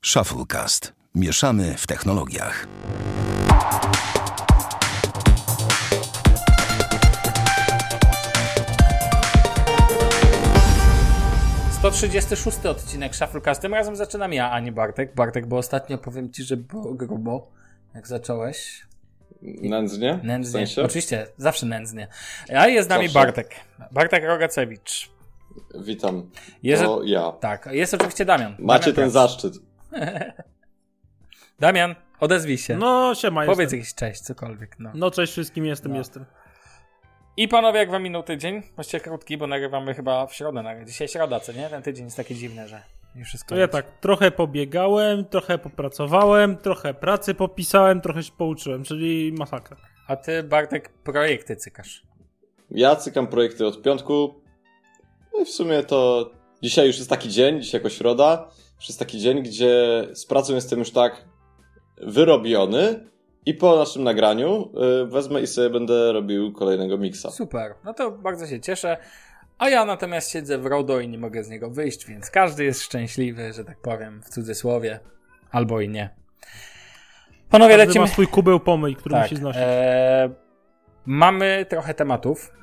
Shufflecast. Mieszamy w technologiach. ...136 odcinek Shufflecast. Tym razem zaczynam ja, a nie Bartek. Bartek, bo ostatnio powiem ci, że było grubo, jak zacząłeś. Nędznie? Nędznie. W sensie? Oczywiście, zawsze nędznie. A jest z nami Zawsze. Bartek Rogacewicz. Witam. Jest, To ja. tak, jest oczywiście Damian. Macie Damian ten Press. zaszczyt. Damian, odezwij się. No, siema, Powiedz jestem. jakiś cześć, cokolwiek. No. No, cześć wszystkim, jestem. I panowie, jak wam minął tydzień? Właściwie krótki, bo nagrywamy chyba w środę. Dzisiaj środa, co nie? Ten tydzień jest taki dziwny, że już wszystko. To ja tak, trochę pobiegałem, trochę popracowałem, trochę pracy popisałem, trochę się pouczyłem, czyli masakra. A ty, Bartek, projekty cykasz. Ja cykam projekty od piątku. No i w sumie to dzisiaj już jest taki dzień, dzisiaj jako środa. Już jest taki dzień, gdzie z pracą jestem już tak wyrobiony i po naszym nagraniu wezmę i sobie będę robił kolejnego miksa. Super, no to bardzo się cieszę. A ja natomiast siedzę w RODO i nie mogę z niego wyjść, więc każdy jest szczęśliwy, że tak powiem, w cudzysłowie. Albo i nie. Panowie, Każdy lecimy. ma swój kubeł pomyj, który Tak, musi znosić. mamy trochę tematów.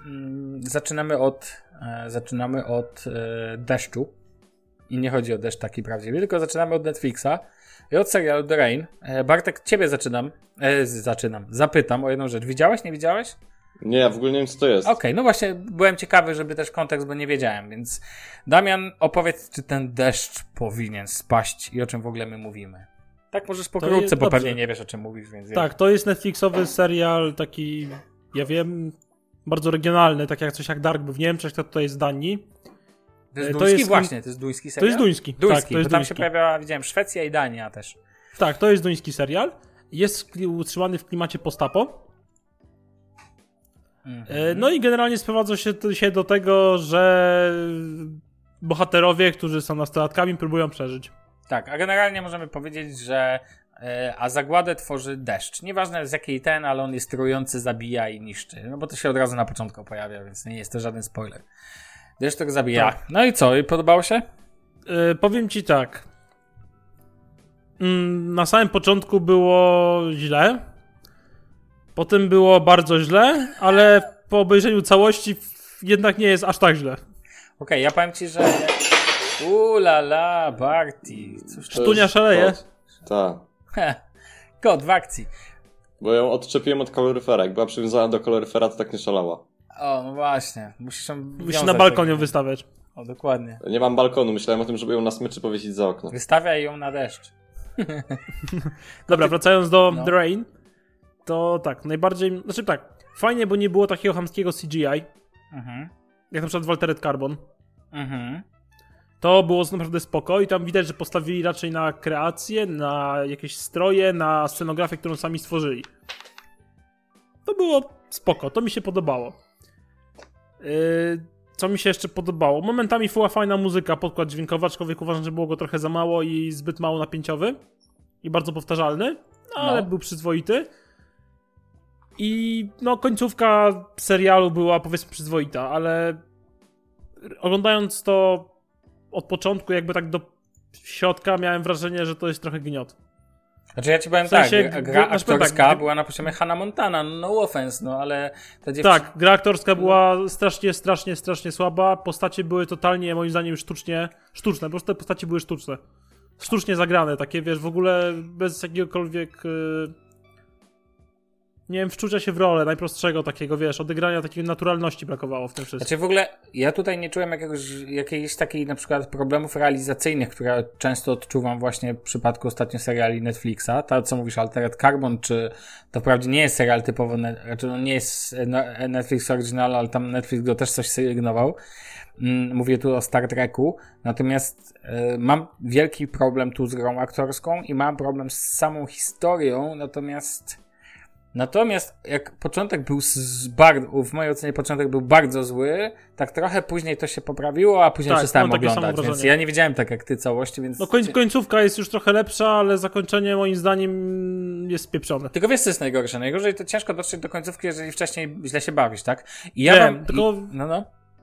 Zaczynamy od deszczu. I nie chodzi o deszcz taki prawdziwy, tylko zaczynamy od Netflixa i od serialu The Rain. Bartek, ciebie zapytam o jedną rzecz. Widziałeś, nie widziałeś? Nie, ja w ogóle nie wiem, co to jest. Okej, no właśnie byłem ciekawy, żeby też kontekst, bo nie wiedziałem, więc Damian, opowiedz, czy ten deszcz powinien spaść i o czym w ogóle my mówimy. Tak możesz pokrótce, bo dobrze. pewnie nie wiesz, o czym mówisz, więc... Tak, to jest Netflixowy serial taki, ja wiem, bardzo regionalny, tak jak coś jak Dark był w Niemczech, to tutaj jest z Danii. To jest to duński jest- właśnie, to jest duński To serial? jest duński. Tak, Duński, to jest bo tam duński. się pojawiała, widziałem, Szwecja i Dania też. Tak, to jest duński serial. Jest utrzymany w klimacie post-apo. No i generalnie sprowadza się do tego, że bohaterowie, którzy są nastolatkami, próbują przeżyć. Tak, a generalnie możemy powiedzieć, że a zagładę tworzy deszcz. Nieważne z jakiej ale on jest trujący, zabija i niszczy. No bo to się od razu na początku pojawia, więc nie jest to żaden spoiler. Deszcz tak zabija. Tak. No i co? I podobało się? Powiem ci tak. Na samym początku było źle. Potem było bardzo źle, ale po obejrzeniu całości jednak nie jest aż tak źle. Okej, ja powiem ci, że... la, Barty. Cóż to Sztunia jest szaleje. kot. Tak. Kot w akcji. Bo ją odczepiłem od kaloryfera. Jak była przywiązana do kaloryfera, to tak nie szalała. O, no właśnie. Musisz ją Musisz wiązać na balkon tak. ją wystawiać. O, dokładnie. Nie mam balkonu. Myślałem o tym, żeby ją na smyczy powiesić za okno. Wystawiaj ją na deszcz. Dobra, wracając do No. The Rain, to tak, najbardziej... Znaczy tak, fajnie, bo nie było takiego chamskiego CGI, Mhm. jak na przykład w Altered Carbon. Mhm. To było naprawdę spoko i tam widać, że postawili raczej na kreację, na jakieś stroje, na scenografię, którą sami stworzyli. To było spoko, to mi się podobało. Co mi się jeszcze podobało? Momentami była fajna muzyka, podkład dźwiękowy, aczkolwiek uważam, że było go trochę za mało i zbyt mało napięciowy. I bardzo powtarzalny, ale był przyzwoity. I no końcówka serialu była powiedzmy przyzwoita, ale oglądając to od początku jakby tak do środka miałem wrażenie, że to jest trochę gniot. Znaczy ja ci powiem W sensie, tak, gra znaczy powiem aktorska tak, była na poziomie Hannah Montana, no offense, no ale ta dziewczyna... Tak, gra aktorska była strasznie słaba, postacie były totalnie moim zdaniem sztuczne, po prostu te postacie były sztuczne. Sztucznie zagrane, takie wiesz, w ogóle bez jakiegokolwiek nie wiem, wczucia się w rolę najprostszego takiego, wiesz, odegrania takiej naturalności brakowało w tym wszystkim. Znaczy w ogóle ja tutaj nie czułem jakiejś takiej na przykład problemów realizacyjnych, które często odczuwam właśnie w przypadku ostatnio seriali Netflixa. Ta, co mówisz, Altered Carbon, czy to wprawdzie nie jest serial typowo, znaczy no nie jest Netflix Original, ale tam Netflix go też coś sygnował. Mówię tu o Star Treku, natomiast mam wielki problem tu z grą aktorską i mam problem z samą historią, Natomiast jak początek był w mojej ocenie początek był bardzo zły, tak trochę później to się poprawiło, a później Tak, przestałem mam takie oglądać, samo więc wrażenie. ja nie wiedziałem tak jak ty całości, więc... No końcówka jest już trochę lepsza, ale zakończenie moim zdaniem jest spieprzone. Tylko wiesz co jest najgorsze? Najgorzej to ciężko dotrzeć do końcówki, jeżeli wcześniej źle się bawisz, tak? I Wiem, tylko- No.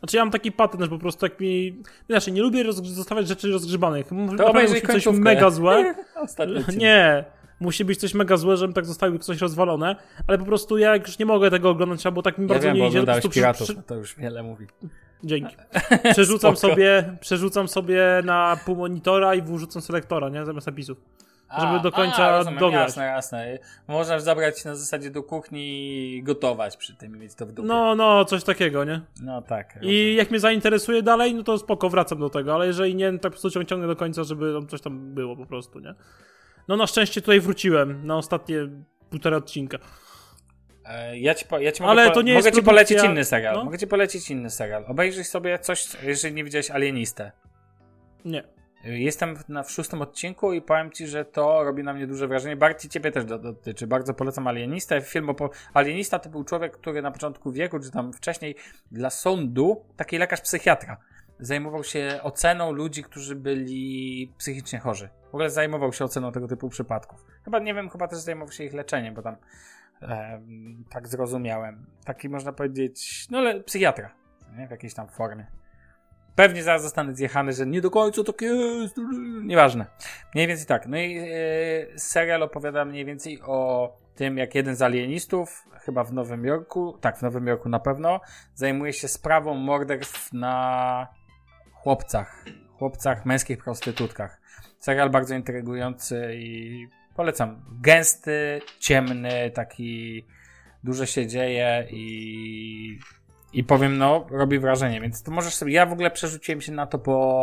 Znaczy ja mam taki patent, że po prostu jak mi... Znaczy nie lubię zostawiać rzeczy rozgrzebanych. To obejrzyj musi coś końcówkę. mega złe. Ostatni Nie. Musi być coś mega złe, żebym tak zostawił coś rozwalone, ale po prostu ja już nie mogę tego oglądać, bo tak mi bardzo wiem, nie bo idzie. oglądałeś Piratów, to już wiele mówi. Dzięki. Przerzucam sobie na pół monitora i wrzucam selektora, nie? Zamiast napisów. Żeby do końca rozumiem, dograć. Jasne. Można zabrać na zasadzie do kuchni i gotować przy tym i mieć to w dupie. No, coś takiego, nie? No tak. I jak mnie zainteresuje dalej, no to spoko, wracam do tego, ale jeżeli nie, tak po prostu ciągnę do końca, żeby tam coś tam było po prostu, nie? No na szczęście tutaj wróciłem na ostatnie 1,5 odcinka. Ja ci Ale to nie mogę jest ci polecić produkcja- inny serial. no. Mogę ci polecić inny serial. Obejrzyj sobie coś, jeżeli nie widziałeś Alienistę. Nie. Jestem w 6. odcinku i powiem ci, że to robi na mnie duże wrażenie. Bardziej ciebie też dotyczy. Bardzo polecam Alienistę. Alienista to był człowiek, który na początku wieku, czy tam wcześniej dla sądu, taki lekarz psychiatra, zajmował się oceną ludzi, którzy byli psychicznie chorzy. W ogóle zajmował się oceną tego typu przypadków. Chyba też zajmował się ich leczeniem, bo tam tak zrozumiałem. Taki można powiedzieć, no ale psychiatra, nie? W jakiejś tam formie. Pewnie zaraz zostanę zjechany, że nie do końca tak jest, nieważne. Mniej więcej tak. No i serial opowiada mniej więcej o tym, jak jeden z alienistów, chyba w Nowym Jorku, tak, w Nowym Jorku na pewno, zajmuje się sprawą morderstw na chłopcach, męskich prostytutkach. Serial bardzo intrygujący i polecam. Gęsty, ciemny, taki dużo się dzieje i powiem, no, robi wrażenie, więc to możesz sobie, ja w ogóle przerzuciłem się na to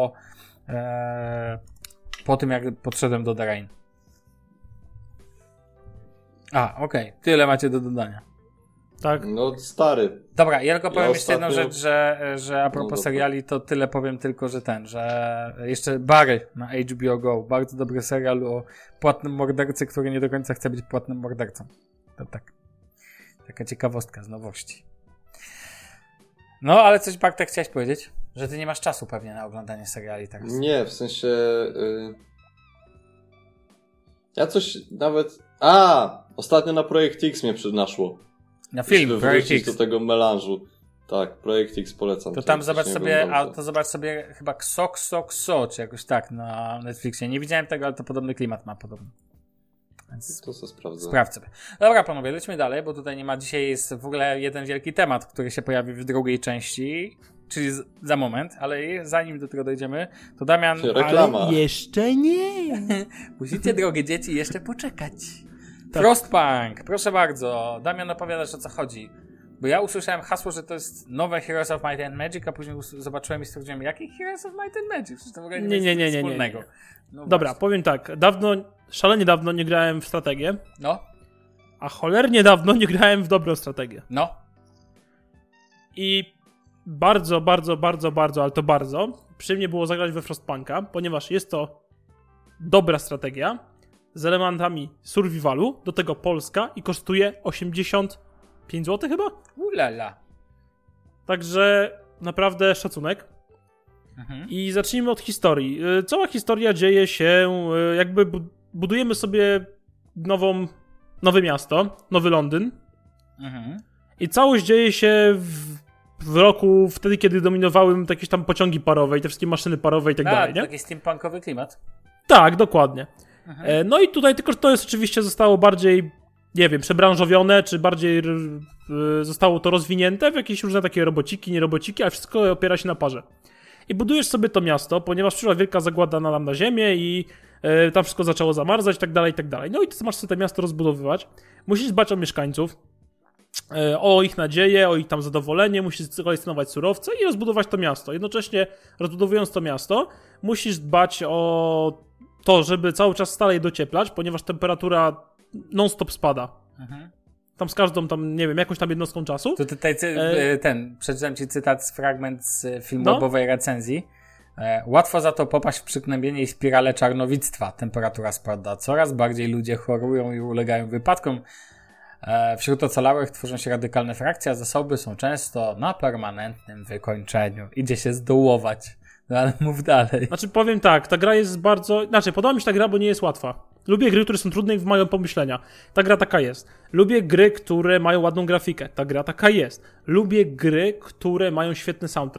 po tym, jak podszedłem do The Rain. Okej. Tyle macie do dodania. Tak. No stary. Dobra, ja tylko powiem jeszcze jedną ostatnio- rzecz, że a propos dobra. seriali, to tyle powiem tylko, że jeszcze Barry na HBO Go, bardzo dobry serial o płatnym mordercy, który nie do końca chce być płatnym mordercą. To tak. Taka ciekawostka z nowości. No, ale coś, Bartek, chciałeś powiedzieć? Że ty nie masz czasu pewnie na oglądanie seriali teraz. Nie, w sensie... Ja coś nawet... Ostatnio na Projekt X mnie naszło. Na film, Żeby Projekt wrócić X. do tego melanżu. Tak, Projekt X polecam. To tam jak zobacz ktoś nie sobie, oglądał, to zobacz sobie chyba Kso, czy jakoś tak na Netflixie. Nie widziałem tego, ale to podobny klimat ma podobny. Więc To co sprawdzę. sprawdź sobie. Dobra, panowie, lećmy dalej, bo tutaj nie ma, dzisiaj jest w ogóle jeden wielki temat, który się pojawi w drugiej części, czyli za moment, ale zanim do tego dojdziemy, to Damian... Reklama. Ale jeszcze nie. Musicie, drogie dzieci, jeszcze poczekać. Tak. Frostpunk, proszę bardzo. Damian, opowiadasz, o co chodzi. Bo ja usłyszałem hasło, że to jest nowe Heroes of Might and Magic, a później zobaczyłem i stwierdziłem, jakich Heroes of Might and Magic? Przecież to w ogóle nie ma nic wspólnego. No Dobra, właśnie. powiem tak. Szalenie dawno nie grałem w strategię, No, a cholernie dawno nie grałem w dobrą strategię. no. I bardzo, ale to bardzo przy mnie było zagrać we Frostpunka, ponieważ jest to dobra strategia z elementami survivalu, do tego polska i kosztuje 85 zł chyba? Ulala. Także naprawdę szacunek. Mhm. I zacznijmy od historii. Cała historia dzieje się, jakby budujemy sobie nowe miasto, nowy Londyn. Mhm. I całość dzieje się w roku, wtedy kiedy dominowały jakieś tam pociągi parowe i te wszystkie maszyny parowe i tak dalej, nie? Taki steampunkowy klimat. Tak, dokładnie. Mhm. No i tutaj tylko to jest oczywiście zostało bardziej, nie wiem, przebranżowione, czy bardziej zostało to rozwinięte w jakieś różne takie robociki, nierobociki, ale wszystko opiera się na parze. I budujesz sobie to miasto, ponieważ przyszła wielka zagłada na ziemię i tam wszystko zaczęło zamarzać i tak dalej, i tak dalej. No i ty masz sobie to miasto rozbudowywać. Musisz dbać o mieszkańców, o ich nadzieję, o ich tam zadowolenie, musisz kolekcjonować surowce i rozbudować to miasto. Jednocześnie rozbudowując to miasto, musisz dbać o to, żeby cały czas stale docieplać, ponieważ temperatura non-stop spada. Mhm. Tam z każdą tam, nie wiem, jakąś tam jednostką czasu. To tutaj przeczytam ci cytat, fragment z filmowej recenzji. Łatwo za to popaść w przygnębienie i spiralę czarnowictwa. Temperatura spada. Coraz bardziej ludzie chorują i ulegają wypadkom. Wśród ocalałych tworzą się radykalne frakcje, a zasoby są często na permanentnym wykończeniu. Idzie się zdołować. No ale mów dalej. Znaczy powiem tak, ta gra jest bardzo... Znaczy podoba mi się ta gra, bo nie jest łatwa. Lubię gry, które są trudne i wymagają pomyślenia. Ta gra taka jest. Lubię gry, które mają ładną grafikę. Ta gra taka jest. Lubię gry, które mają świetny soundtrack.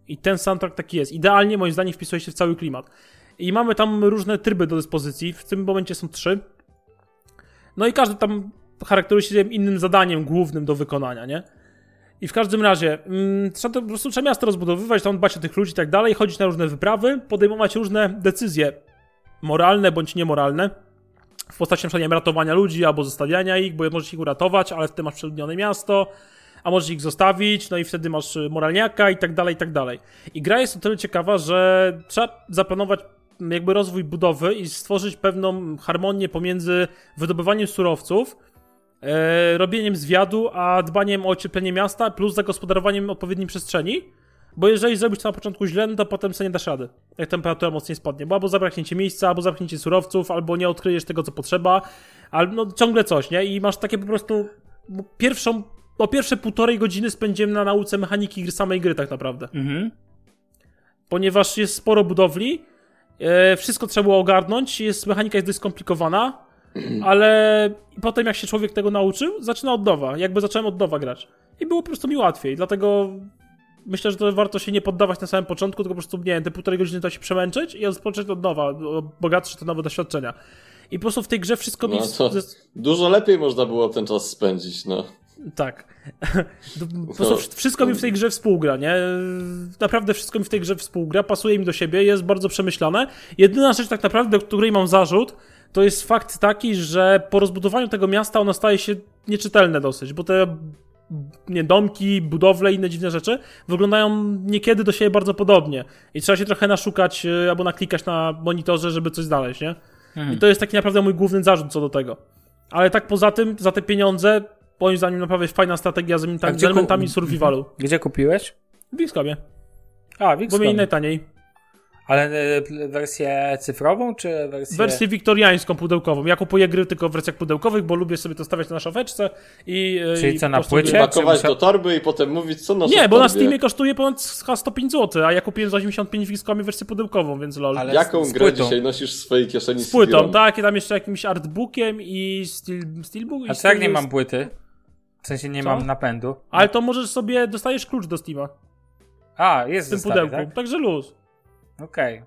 I ten soundtrack taki jest. Idealnie, moim zdaniem, wpisuje się w cały klimat. I mamy tam różne tryby do dyspozycji. W tym momencie są 3. No i każdy tam charakteryzuje się innym zadaniem głównym do wykonania, nie? I w każdym razie trzeba po prostu miasto rozbudowywać, tam dbać o tych ludzi i tak dalej, chodzić na różne wyprawy, podejmować różne decyzje moralne bądź niemoralne w postaci na przykład ratowania ludzi albo zostawiania ich, bo możesz ich uratować, ale wtedy masz przeludnione miasto, a możesz ich zostawić, no i wtedy masz moralniaka i tak dalej, i tak dalej. I gra jest o tyle ciekawa, że trzeba zaplanować jakby rozwój budowy i stworzyć pewną harmonię pomiędzy wydobywaniem surowców, robieniem zwiadu, a dbaniem o ocieplenie miasta, plus zagospodarowaniem odpowiedniej przestrzeni, bo jeżeli zrobisz to na początku źle, no to potem sobie nie dasz rady, jak temperatura mocniej spadnie, bo albo zabraknięcie miejsca, albo zabraknięcie surowców, albo nie odkryjesz tego, co potrzeba, albo no ciągle coś, nie? I masz takie po prostu pierwsze 1,5 godziny spędziłem na nauce mechaniki samej gry tak naprawdę. Ponieważ jest sporo budowli, wszystko trzeba było ogarnąć, mechanika jest dość skomplikowana, ale potem jak się człowiek tego nauczył, zaczyna od nowa. Jakby zacząłem od nowa grać. I było po prostu mi łatwiej, dlatego myślę, że to warto się nie poddawać na samym początku, tylko po prostu, nie wiem, te 1,5 godziny to się przemęczyć i rozpocząć od nowa, bogatsze te nowe doświadczenia. I po prostu w tej grze wszystko mi... To dużo lepiej można było ten czas spędzić, no. Tak. Po prostu wszystko mi w tej grze współgra, nie? Naprawdę wszystko mi w tej grze współgra, pasuje mi do siebie, jest bardzo przemyślane. Jedyna rzecz tak naprawdę, do której mam zarzut, to jest fakt taki, że po rozbudowaniu tego miasta ono staje się nieczytelne dosyć, bo te domki, budowle i inne dziwne rzeczy wyglądają niekiedy do siebie bardzo podobnie i trzeba się trochę naszukać albo naklikać na monitorze, żeby coś znaleźć, nie? I to jest taki naprawdę mój główny zarzut co do tego. Ale tak poza tym, za te pieniądze, moim zdaniem naprawdę fajna strategia z elementami survivalu. Gdzie kupiłeś? W Xcomie. A, w Xcomie. Bo mieli najtaniej. Ale wersję cyfrową, czy Wersję wiktoriańską, pudełkową. Ja kupuję gry tylko w wersjach pudełkowych, bo lubię sobie to stawiać na szafeczce i... Czyli co, na płycie? Pakować do torby i potem mówić, co Nie, bo na Steamie kosztuje ponad 105 zł, a ja kupiłem za 85 w Xcomie wersję pudełkową, więc lol. Ale jaką grę dzisiaj nosisz w swojej kieszeni z płytą, tak, i tam jeszcze jakimś artbookiem i steelbook. A co jak nie mam płyty? W sensie nie mam napędu. Ale to możesz sobie, dostajesz klucz do Steama. A, jest w tym pudełku, tak? Także luz. Okej.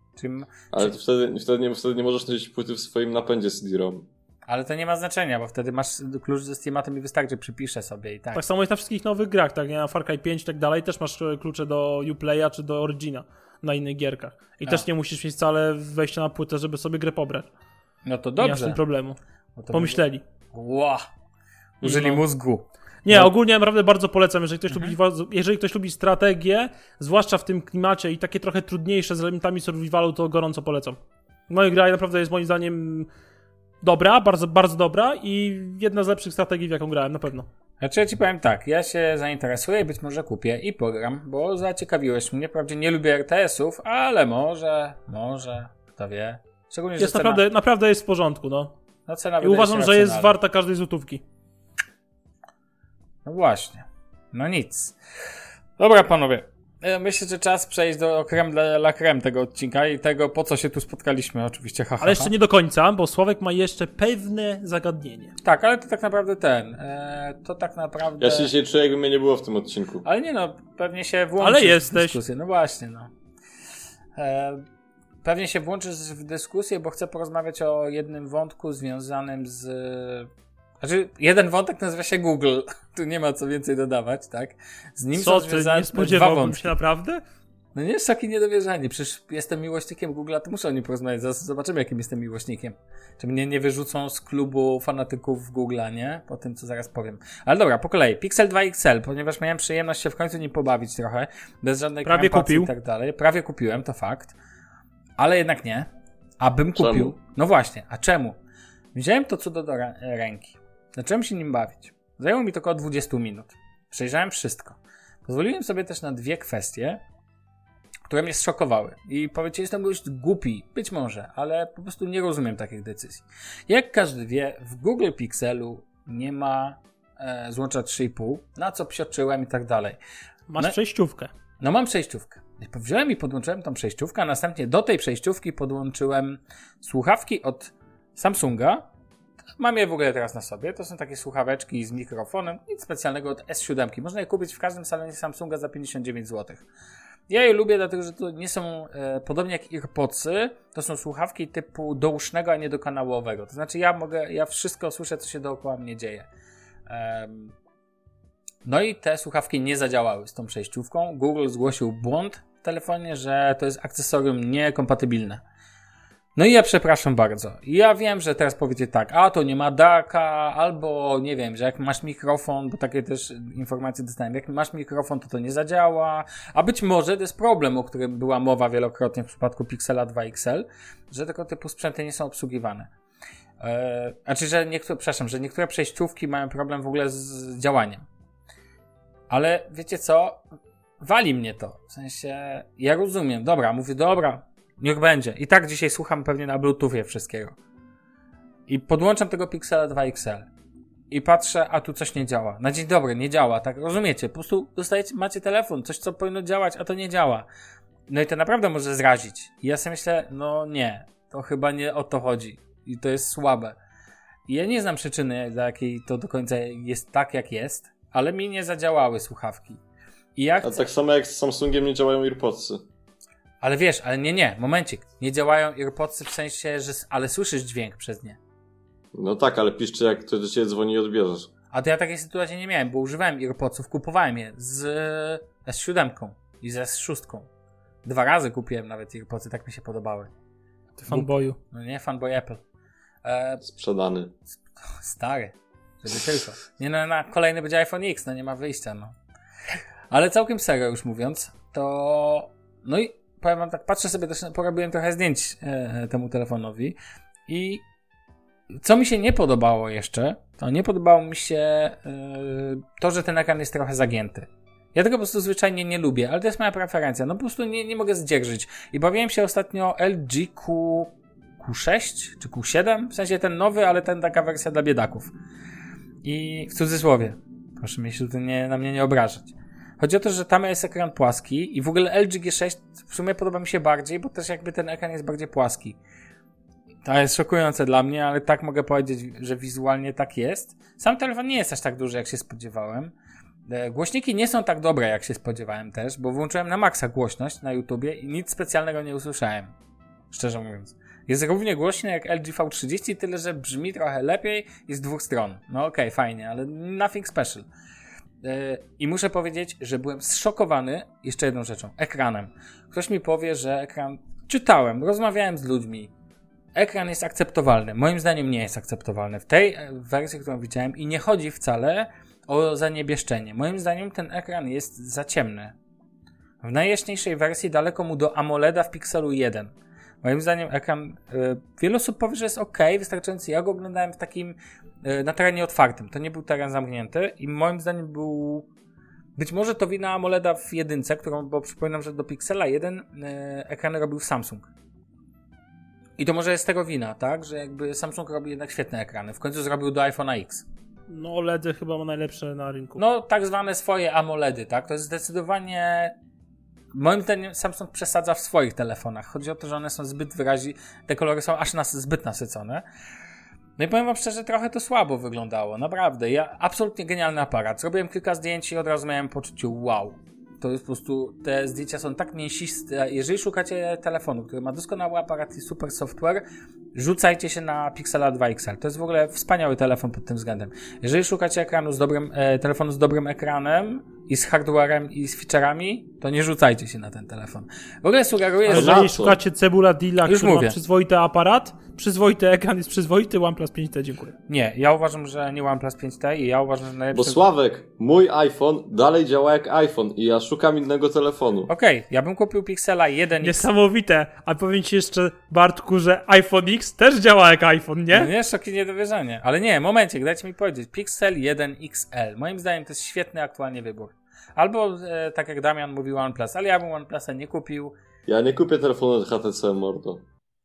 Ale to wtedy nie możesz nosić płyty w swoim napędzie CD-ROM. Ale to nie ma znaczenia, bo wtedy masz klucz ze Steama, to mi wystarczy, przypiszę sobie i tak. Tak samo jest na wszystkich nowych grach, tak? Na Far Cry 5 i tak dalej, też masz klucze do Uplaya czy do Origina na innych gierkach. I też nie musisz mieć wcale wejścia na płytę, żeby sobie grę pobrać. No to dobrze. Nie masz z tym problemu. Pomyśleli. Wow. Użyli mózgu. Nie, ogólnie naprawdę bardzo polecam, jeżeli ktoś lubi strategię, zwłaszcza w tym klimacie i takie trochę trudniejsze z elementami survivalu, to gorąco polecam. No i gra naprawdę jest moim zdaniem dobra, bardzo, bardzo dobra i jedna z lepszych strategii, w jaką grałem, na pewno. Znaczy ja ci powiem tak, ja się zainteresuję i być może kupię i pogram, bo zaciekawiłeś mnie. Wprawdzie nie lubię RTS-ów, ale może, kto wie. Szczególnie, jest że naprawdę jest w porządku, no. Cena i uważam, że jest warta każdej złotówki. No właśnie. No nic. Dobra, panowie. Myślę, że czas przejść do creme de la creme tego odcinka i tego, po co się tu spotkaliśmy, oczywiście. Ale jeszcze nie do końca, bo Sławek ma jeszcze pewne zagadnienie. Tak, ale to tak naprawdę Ja się dzisiaj czuję, jakby mnie nie było w tym odcinku. Ale nie no, pewnie się włączysz ale jesteś. w dyskusję. No właśnie, no. Pewnie się włączysz w dyskusję, bo chcę porozmawiać o jednym wątku związanym z... Znaczy, jeden wątek nazywa się Google. Tu nie ma co więcej dodawać, tak? Z nim są związane nie spodziewałbym się naprawdę? No nie jest taki niedowierzanie. Przecież jestem miłośnikiem Google'a, to muszę o nim porozmawiać. Zaraz zobaczymy, jakim jestem miłośnikiem. Czy mnie nie wyrzucą z klubu fanatyków Google'a, nie? Po tym, co zaraz powiem. Ale dobra, po kolei. Pixel 2 XL, ponieważ miałem przyjemność się w końcu nim pobawić trochę. Bez żadnej krępacji i tak dalej. Prawie kupiłem, to fakt. Ale jednak nie. Abym kupił. Czemu? No właśnie, a czemu? Wziąłem to cudo do ręki. Zacząłem się nim bawić. Zajęło mi to około 20 minut. Przejrzałem wszystko. Pozwoliłem sobie też na 2 kwestie, które mnie zszokowały. I powiecie, jestem dość głupi. Być może, ale po prostu nie rozumiem takich decyzji. Jak każdy wie, w Google Pixelu nie ma złącza 3,5, na co psioczyłem i tak dalej. Masz przejściówkę. No mam przejściówkę. Wziąłem i podłączyłem tą przejściówkę, a następnie do tej przejściówki podłączyłem słuchawki od Samsunga. Mam je w ogóle teraz na sobie. To są takie słuchaweczki z mikrofonem. Nic specjalnego od S7. Można je kupić w każdym salonie Samsunga za 59 zł. Ja je lubię, dlatego że to nie są, podobnie jak AirPodsy, to są słuchawki typu dousznego, a nie dokanałowego. To znaczy ja wszystko słyszę, co się dookoła mnie dzieje. No i te słuchawki nie zadziałały z tą przejściówką. Google zgłosił błąd w telefonie, że to jest akcesorium niekompatybilne. No i ja przepraszam bardzo. Ja wiem, że teraz powiecie tak, a to nie ma DAC-a, albo nie wiem, że jak masz mikrofon, bo takie też informacje dostałem, jak masz mikrofon, to nie zadziała, a być może to jest problem, o którym była mowa wielokrotnie w przypadku Pixela 2 XL, że tego typu sprzęty nie są obsługiwane. Znaczy, że niektóre przejściówki mają problem w ogóle z działaniem. Ale wiecie co? Wali mnie to. W sensie, ja rozumiem. Mówię, niech będzie. I tak dzisiaj słucham pewnie na Bluetoothie wszystkiego. I podłączam tego Pixela 2 XL. I patrzę, a tu coś nie działa. Na dzień dobry, nie działa, tak? Rozumiecie? Po prostu macie telefon, coś co powinno działać, a to nie działa. No i to naprawdę może zrazić. I ja sobie myślę, no nie, to chyba nie o to chodzi. I to jest słabe. I ja nie znam przyczyny, dla jakiej to do końca jest tak, jak jest, ale mi nie zadziałały słuchawki. A tak samo jak z Samsungiem nie działają AirPodsy. Ale wiesz, nie, momencik. Nie działają AirPodsy w sensie, że ale słyszysz dźwięk przez nie. No tak, ale piszczy jak ktoś do ciebie dzwoni i odbierzesz. A to ja takiej sytuacji nie miałem, bo używałem AirPodsów, kupowałem je z S7 i z S6. 2 razy kupiłem nawet AirPodsy, tak mi się podobały. Ty fanboyu. No nie, fanboy Apple. Sprzedany. Stary. Żeby tylko. Nie no, na kolejny będzie iPhone X, no nie ma wyjścia, no. Ale całkiem serio już mówiąc, to... No i powiem wam tak, patrzę sobie, też porobiłem trochę zdjęć temu telefonowi i co mi się nie podobało jeszcze, to nie podobało mi się to, że ten ekran jest trochę zagięty. Ja tego po prostu zwyczajnie nie lubię, ale to jest moja preferencja. No po prostu nie mogę zdzierżyć. I bawiłem się ostatnio LG Q6 czy Q7, w sensie ten nowy, ale taka wersja dla biedaków. I w cudzysłowie, proszę mnie się na mnie nie obrażać. Chodzi o to, że tam jest ekran płaski i w ogóle LG G6 w sumie podoba mi się bardziej, bo też jakby ten ekran jest bardziej płaski. To jest szokujące dla mnie, ale tak mogę powiedzieć, że wizualnie tak jest. Sam telefon nie jest aż tak duży, jak się spodziewałem. Głośniki nie są tak dobre, jak się spodziewałem też, bo włączyłem na maksa głośność na YouTubie i nic specjalnego nie usłyszałem. Szczerze mówiąc. Jest równie głośny jak LG V30, tyle że brzmi trochę lepiej i z 2 stron. No okej, fajnie, ale nothing special. I muszę powiedzieć, że byłem zszokowany jeszcze jedną rzeczą. Ekranem. Ktoś mi powie, że ekran... Czytałem, rozmawiałem z ludźmi. Ekran jest akceptowalny. Moim zdaniem nie jest akceptowalny. W tej wersji, którą widziałem i nie chodzi wcale o zaniebieszczenie. Moim zdaniem ten ekran jest za ciemny. W najjaśniejszej wersji daleko mu do AMOLEDa w Pixelu 1. Moim zdaniem ekran... wiele osób powie, że jest ok, wystarczający. Ja go oglądałem w takim... na terenie otwartym. To nie był teren zamknięty i moim zdaniem był... Być może to wina AMOLEDa w 1, bo przypominam, że do Pixela 1 ekrany robił Samsung. I to może jest tego wina, tak? Że jakby Samsung robi jednak świetne ekrany. W końcu zrobił do iPhone'a X. No OLEDy chyba ma najlepsze na rynku. No tak zwane swoje AMOLEDy, tak? To jest zdecydowanie... Moim zdaniem Samsung przesadza w swoich telefonach. Chodzi o to, że one są zbyt te kolory są aż zbyt nasycone. No i powiem wam szczerze, trochę to słabo wyglądało, naprawdę. Absolutnie genialny aparat. Zrobiłem kilka zdjęć i od razu miałem poczucie wow. To jest po prostu, te zdjęcia są tak mięsiste. Jeżeli szukacie telefonu, który ma doskonały aparat i super software, rzucajcie się na Pixela 2 XL. To jest w ogóle wspaniały telefon pod tym względem. Jeżeli szukacie telefonu z dobrym ekranem i z hardwarem i z feature'ami, to nie rzucajcie się na ten telefon. W ogóle sugeruję, że... Jeżeli szukacie Cebula Deala, który mówię. ma przyzwoity aparat, przyzwoity ekran jest przyzwoity, OnePlus 5T, dziękuję. Nie, ja uważam, że nie OnePlus 5T i ja uważam, że najlepszy... Bo Sławek, mój iPhone dalej działa jak iPhone i ja szukam innego telefonu. Okej, ja bym kupił Pixela 1X. Niesamowite, a powiem ci jeszcze, Bartku, że iPhone X też działa jak iPhone, nie? No nie, szok i niedowierzanie. Ale nie, momencik, dajcie mi powiedzieć. Pixel 1 XL. Moim zdaniem to jest świetny aktualnie wybór. Albo, tak jak Damian mówił, OnePlus, ale ja bym OnePlusa nie kupił. Ja nie kupię telefonu od HTC, mordo.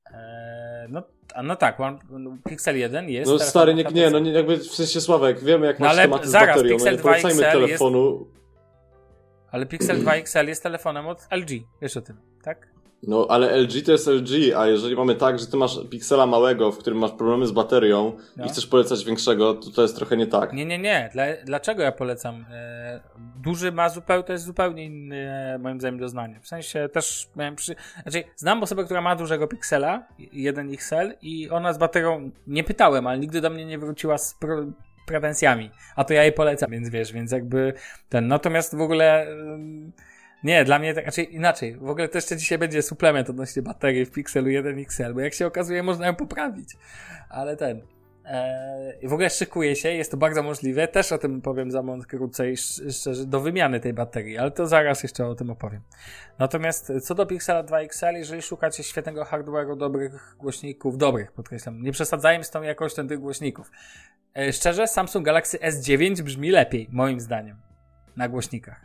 No tak, Pixel 1 jest... No stary, nie, jakby w sensie Sławek, wiemy jak masz tematy z baterią, Pixel no nie polecajmy telefonu. Ale Pixel 2 XL jest telefonem od LG, wiesz o tym, tak? No, ale LG to jest LG, a jeżeli mamy tak, że ty masz piksela małego, w którym masz problemy z baterią i chcesz polecać większego, to jest trochę nie tak. Nie. Dlaczego ja polecam? Duży ma zupełnie, to jest zupełnie inne, moim zdaniem, doznanie. W sensie też miałem znaczy, znam osobę, która ma dużego piksela, 1XL i ona z baterią, nie pytałem, ale nigdy do mnie nie wróciła z pretensjami. A to ja jej polecam, więc wiesz, więc jakby natomiast w ogóle... Nie, dla mnie tak, znaczy inaczej. W ogóle to jeszcze dzisiaj będzie suplement odnośnie baterii w Pixelu 1XL, bo jak się okazuje, można ją poprawić. Ale w ogóle szykuje się, jest to bardzo możliwe, też o tym powiem za moment krócej, szczerze, do wymiany tej baterii, ale to zaraz jeszcze o tym opowiem. Natomiast co do Pixela 2XL, jeżeli szukacie świetnego hardware'u, dobrych głośników, podkreślam, nie przesadzajmy z tą jakością tych głośników. Szczerze, Samsung Galaxy S9 brzmi lepiej, moim zdaniem, na głośnikach.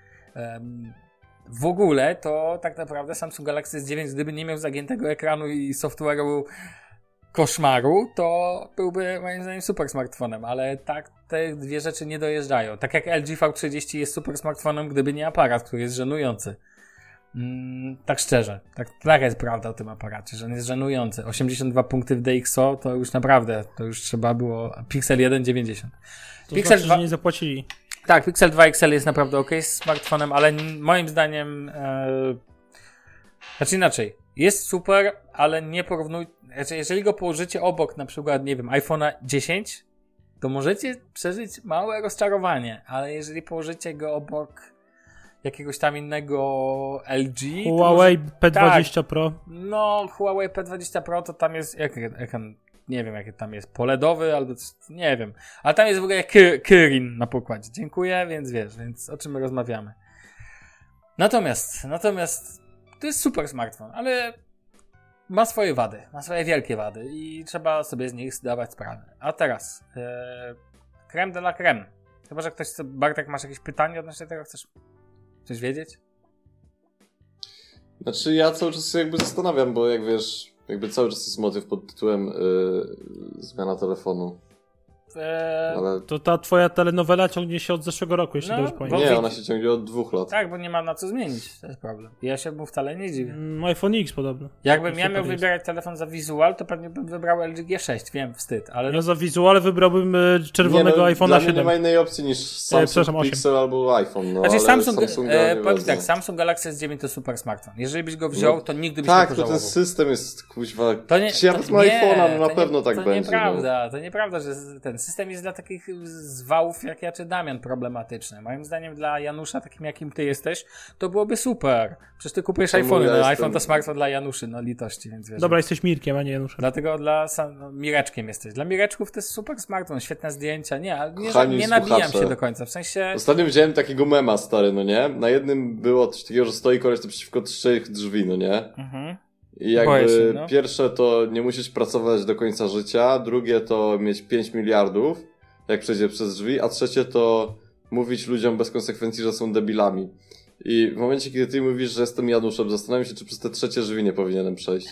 W ogóle to tak naprawdę Samsung Galaxy S9, gdyby nie miał zagiętego ekranu i software'u koszmaru, to byłby moim zdaniem super smartfonem, ale tak te dwie rzeczy nie dojeżdżają. Tak jak LG V30 jest super smartfonem, gdyby nie aparat, który jest żenujący. Tak szczerze, tak jest prawda o tym aparacie, że on jest żenujący. 82 punkty w DxO to już naprawdę, to już trzeba było Pixel 1,90. To Pixel znaczy, 2... że nie zapłacili. Tak, Pixel 2 XL jest naprawdę ok z smartfonem, ale moim zdaniem znaczy inaczej, jest super, ale nie porównuj, znaczy jeżeli go położycie obok na przykład, nie wiem, iPhone'a 10, to możecie przeżyć małe rozczarowanie, ale jeżeli położycie go obok jakiegoś tam innego LG... Huawei P20 tak, Pro. No, Huawei P20 Pro to tam jest ekran, nie wiem jaki tam jest, poledowy albo coś, nie wiem, ale tam jest w ogóle Kirin na pokładzie. Dziękuję, więc wiesz, więc o czym my rozmawiamy. Natomiast to jest super smartfon, ale ma swoje wady, ma swoje wielkie wady i trzeba sobie z nich zdawać sprawę. A teraz crème de la crème. Chyba, że ktoś, Bartek, masz jakieś pytanie odnośnie tego? Chcesz coś wiedzieć? Znaczy ja cały czas się jakby zastanawiam, bo jak wiesz, jakby cały czas jest motyw pod tytułem zmiana telefonu. Ale... To ta twoja telenowela ciągnie się od zeszłego roku, jeśli dobrze pamiętam. Nie, ona się ciągnie od 2 lat. Tak, bo nie ma na co zmienić, to jest problem. Ja się mu wcale nie dziwię. iPhone X podobno. Jakbym ja miał wybierać telefon za wizual, to pewnie bym wybrał LG G6, wiem, wstyd. Ale... Ja za wizual wybrałbym czerwonego iPhone'a 7. Nie ma innej opcji niż Samsung Pixel albo iPhone. No, znaczy Samsung tak, Samsung Galaxy S9 to super smartfon. Jeżeli byś go wziął, to nigdy byś nie pożałował. Tak, to ten system jest kuźwa... To nie, ja wezmę iPhone'a, no na pewno tak będzie. To nieprawda, że ten system jest dla takich zwałów jak ja czy Damian problematyczny. Moim zdaniem dla Janusza, takim jakim ty jesteś, to byłoby super. Przecież ty kupujesz iPhone, iPhone to smartfon dla Januszy, no litości, więc wiesz. Dobra, jesteś Mirkiem, a nie Januszem. Dlatego Mireczkiem jesteś. Dla Mireczków to jest super smartfon, świetne zdjęcia. Nie nabijam się do końca, w sensie... Ostatnio widziałem takiego mema, stary, no nie? Na jednym było coś takiego, że stoi koleś przeciwko 3 drzwi, no nie? Mhm. I jakby pierwsze to nie musisz pracować do końca życia, drugie to mieć 5 miliardów, jak przejdzie przez drzwi, a trzecie to mówić ludziom bez konsekwencji, że są debilami. I w momencie, kiedy ty mówisz, że jestem Januszem, zastanawiam się, czy przez te trzecie drzwi nie powinienem przejść.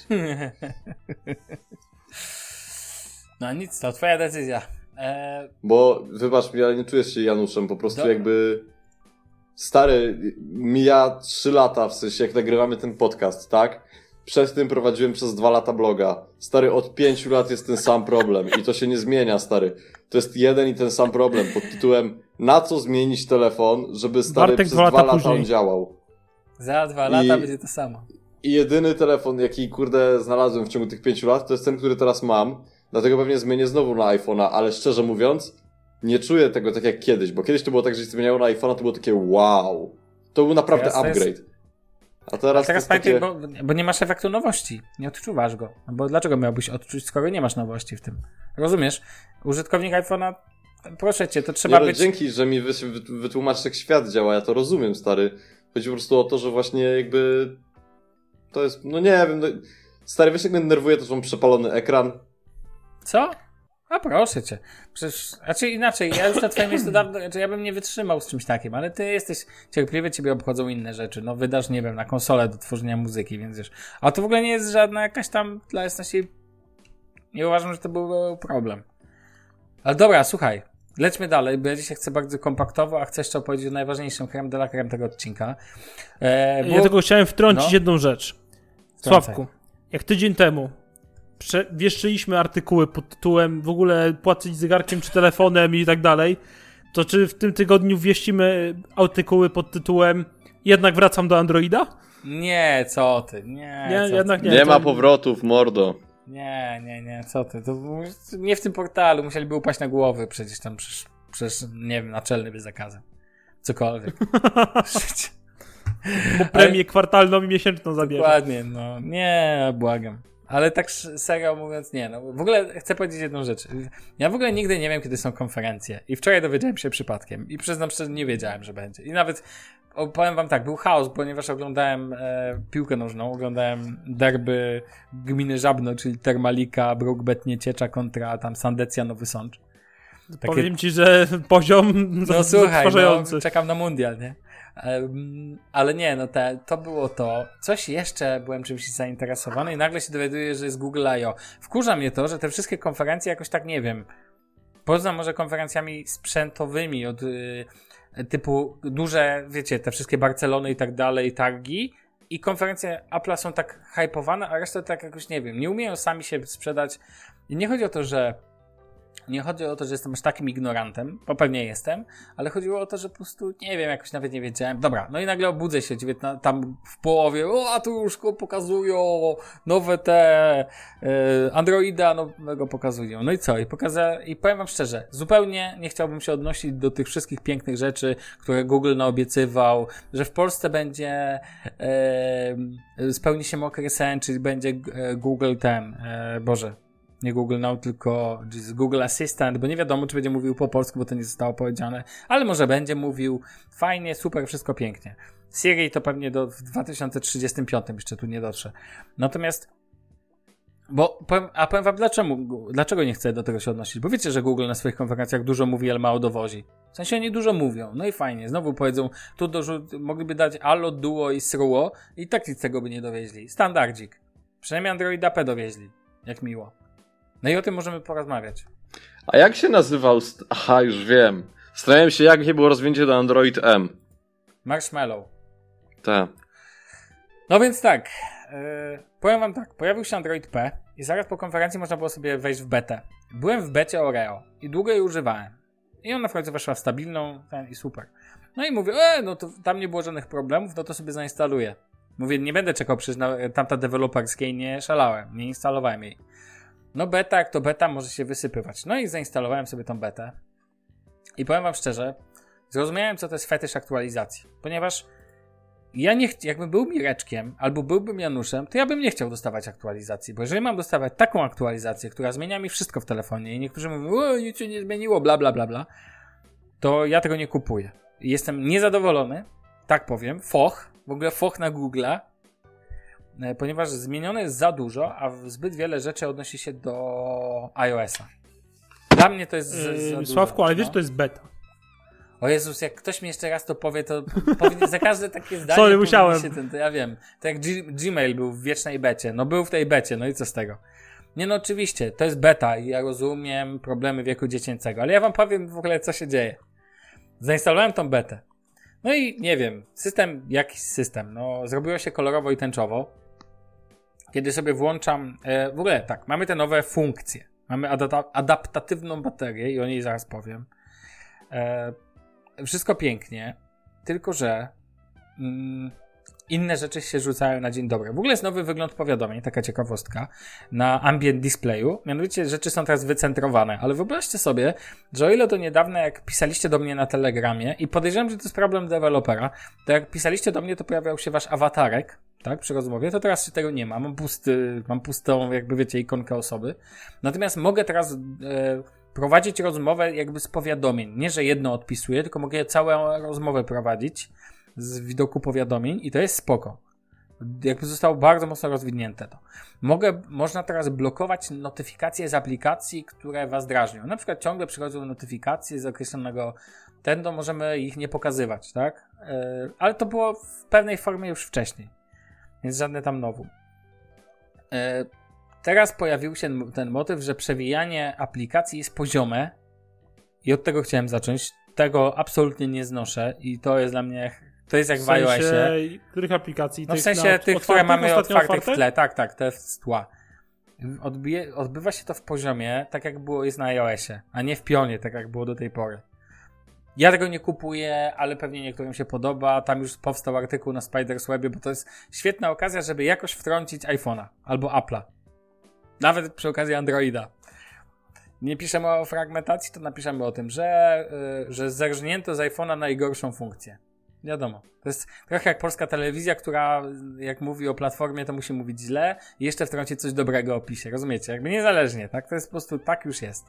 No nic, to twoja decyzja. Bo, wybacz mi, ale nie czujesz się Januszem, po prostu jakby... Stary, mija 3 lata, w sensie jak nagrywamy ten podcast, tak? Przed tym prowadziłem przez 2 lata bloga. Stary, od 5 lat jest ten sam problem i to się nie zmienia, stary. To jest jeden i ten sam problem pod tytułem na co zmienić telefon, żeby stary Bartek przez 2 lata on działał. Za 2 lata będzie to samo. I jedyny telefon, jaki kurde znalazłem w ciągu tych 5 lat, to jest ten, który teraz mam. Dlatego pewnie zmienię znowu na iPhone'a, ale szczerze mówiąc, nie czuję tego tak jak kiedyś, bo kiedyś to było tak, że się zmieniało na iPhone'a, to było takie wow. To był naprawdę upgrade. A teraz pamiętaj, bo nie masz efektu nowości. Nie odczuwasz go. Bo dlaczego miałbyś odczuć, skoro nie masz nowości w tym? Rozumiesz? Użytkownik iPhone'a, proszę cię, to trzeba być... Dzięki, że mi wytłumaczysz, jak świat działa. Ja to rozumiem, stary. Chodzi po prostu o to, że właśnie jakby... To jest... No nie wiem... No... Stary, wiesz jak mnie denerwuje to, że mam przepalony ekran? Co? A proszę cię. Przecież, znaczy inaczej, ja już na twoim miejscu dawno, ja bym nie wytrzymał z czymś takim, ale ty jesteś cierpliwy, ciebie obchodzą inne rzeczy. No wydasz, nie wiem, na konsolę do tworzenia muzyki, więc wiesz. A to w ogóle nie jest żadna jakaś tam dla jasności... Nie uważam, że to był problem. Ale dobra, słuchaj. Lećmy dalej, bo ja dzisiaj chcę bardzo kompaktowo, a chcę jeszcze opowiedzieć o najważniejszym crème de la crème tego odcinka. Ja tylko chciałem wtrącić jedną rzecz. Sławku, jak tydzień temu wieszczyliśmy artykuły pod tytułem w ogóle płacić zegarkiem czy telefonem i tak dalej, to czy w tym tygodniu wieścimy artykuły pod tytułem jednak wracam do Androida? Nie, co ty, nie. Jednak nie. Nie ma powrotów, mordo. Nie, co ty, to nie w tym portalu, musieliby upaść na głowy, przecież tam przecież nie wiem, naczelny by zakazał. Cokolwiek. Bo premię kwartalną i miesięczną zabierze. Dokładnie, no. Nie, błagam. Ale tak serio mówiąc, nie. No. W ogóle chcę powiedzieć jedną rzecz. Ja w ogóle nigdy nie wiem, kiedy są konferencje. I wczoraj dowiedziałem się przypadkiem. I przyznam szczerze, nie wiedziałem, że będzie. I nawet, powiem wam tak, był chaos, ponieważ oglądałem piłkę nożną, oglądałem derby gminy Żabno, czyli Termalika, Bruk-Bet Nieciecza kontra tam Sandecja Nowy Sącz. Powiem ci, że poziom zatrważający. No, czekam na mundial, nie? Ale nie, no to było to. Coś jeszcze byłem czymś zainteresowany i nagle się dowiaduję, że jest Google I.O. Wkurza mnie to, że te wszystkie konferencje jakoś tak, nie wiem, poza może konferencjami sprzętowymi od typu duże, wiecie, te wszystkie Barcelony i tak dalej, targi i konferencje Apple'a są tak hypowane, a reszta tak jakoś, nie wiem, nie umieją sami się sprzedać. I nie chodzi o to, że jestem aż takim ignorantem, bo pewnie jestem, ale chodziło o to, że po prostu, nie wiem, jakoś nawet nie wiedziałem. Dobra, no i nagle obudzę się tam w połowie, a tu już pokazują nowe te Androida nowego pokazują. No i co? I powiem wam szczerze, zupełnie nie chciałbym się odnosić do tych wszystkich pięknych rzeczy, które Google naobiecywał, że w Polsce będzie spełni się mokry sen, czyli będzie Google nie Google Now, tylko Google Assistant, bo nie wiadomo, czy będzie mówił po polsku, bo to nie zostało powiedziane, ale może będzie mówił. Fajnie, super, wszystko pięknie. Siri to pewnie w 2035 jeszcze tu nie dotrze. Natomiast, powiem wam dlaczego nie chcę do tego się odnosić, bo wiecie, że Google na swoich konferencjach dużo mówi, ale mało dowozi. W sensie oni dużo mówią, no i fajnie, znowu powiedzą, tu mogliby dać Allo, Duo i Sruo i tak nic z tego by nie dowieźli. Standardzik. Przynajmniej Androida P dowieźli. Jak miło. No i o tym możemy porozmawiać. A jak się nazywał? Aha, już wiem. Zastanawiam się, jakie było rozwinięcie do Android M. Marshmallow. Tak. No więc tak. Powiem wam tak. Pojawił się Android P i zaraz po konferencji można było sobie wejść w betę. Byłem w becie Oreo i długo jej używałem. I ona w końcu weszła w stabilną i super. No i mówię, no to tam nie było żadnych problemów, no to sobie zainstaluję. Mówię, nie będę czekał przecież na tamta deweloperskiej, nie szalałem, nie instalowałem jej. No beta, jak to beta, może się wysypywać. No i zainstalowałem sobie tą betę. I powiem wam szczerze, zrozumiałem, co to jest fetysz aktualizacji. Ponieważ ja jakbym był Mireczkiem, albo byłbym Januszem, to ja bym nie chciał dostawać aktualizacji. Bo jeżeli mam dostawać taką aktualizację, która zmienia mi wszystko w telefonie i niektórzy mówią, nic się nie zmieniło, bla, bla, bla, bla, to ja tego nie kupuję. Jestem niezadowolony, tak powiem, w ogóle foch na Google'a, ponieważ zmienione jest za dużo, a zbyt wiele rzeczy odnosi się do iOS-a. Dla mnie to jest za dużo. Sławku, ale wiesz, to jest beta. O Jezus, jak ktoś mi jeszcze raz to powie, to powinien za każde takie zdanie... Sorry, musiałem. To ja wiem. Tak jak Gmail był w wiecznej becie. No był w tej becie, no i co z tego? Nie, no oczywiście, to jest beta i ja rozumiem problemy wieku dziecięcego, ale ja wam powiem w ogóle, co się dzieje. Zainstalowałem tą betę. No i nie wiem, jakiś system, no zrobiło się kolorowo i tęczowo. Kiedy sobie włączam, w ogóle tak, mamy te nowe funkcje. Mamy adaptatywną baterię i o niej zaraz powiem. Wszystko pięknie, tylko że inne rzeczy się rzucają na dzień dobry. W ogóle jest nowy wygląd powiadomień, taka ciekawostka, na ambient displayu. Mianowicie rzeczy są teraz wycentrowane, ale wyobraźcie sobie, że o ile do niedawna, jak pisaliście do mnie na Telegramie i podejrzewam, że to jest problem dewelopera, to jak pisaliście do mnie, to pojawiał się wasz awatarek, tak, przy rozmowie, to teraz się tego nie ma. Mam pustą, jakby wiecie, ikonkę osoby. Natomiast mogę teraz prowadzić rozmowę jakby z powiadomień. Nie, że jedno odpisuję, tylko mogę całą rozmowę prowadzić z widoku powiadomień i to jest spoko. Jakby zostało bardzo mocno rozwinięte to. Można teraz blokować notyfikacje z aplikacji, które was drażnią. Na przykład ciągle przychodzą notyfikacje z określonego tendo, możemy ich nie pokazywać, tak? Ale to było w pewnej formie już wcześniej. Więc żadne tam nowum. Teraz pojawił się ten motyw, że przewijanie aplikacji jest poziome i od tego chciałem zacząć. Tego absolutnie nie znoszę i to jest dla mnie To jest jak w w sensie iOSie. których aplikacji? No w sensie tych, które mamy otwartych w tle. Tak, te z tła. Odbywa się to w poziomie, tak jak jest na iOSie, a nie w pionie, tak jak było do tej pory. Ja tego nie kupuję, ale pewnie niektórym się podoba. Tam już powstał artykuł na Spiders Webie, bo to jest świetna okazja, żeby jakoś wtrącić iPhone'a albo Apple'a. Nawet przy okazji Androida. Nie piszemy o fragmentacji, to napiszemy o tym, że zerżnięto z iPhone'a najgorszą funkcję. Wiadomo. To jest trochę jak polska telewizja, która jak mówi o platformie, to musi mówić źle i jeszcze wtrąci coś dobrego o opisie. Rozumiecie? Jakby niezależnie, tak? To jest po prostu tak już jest.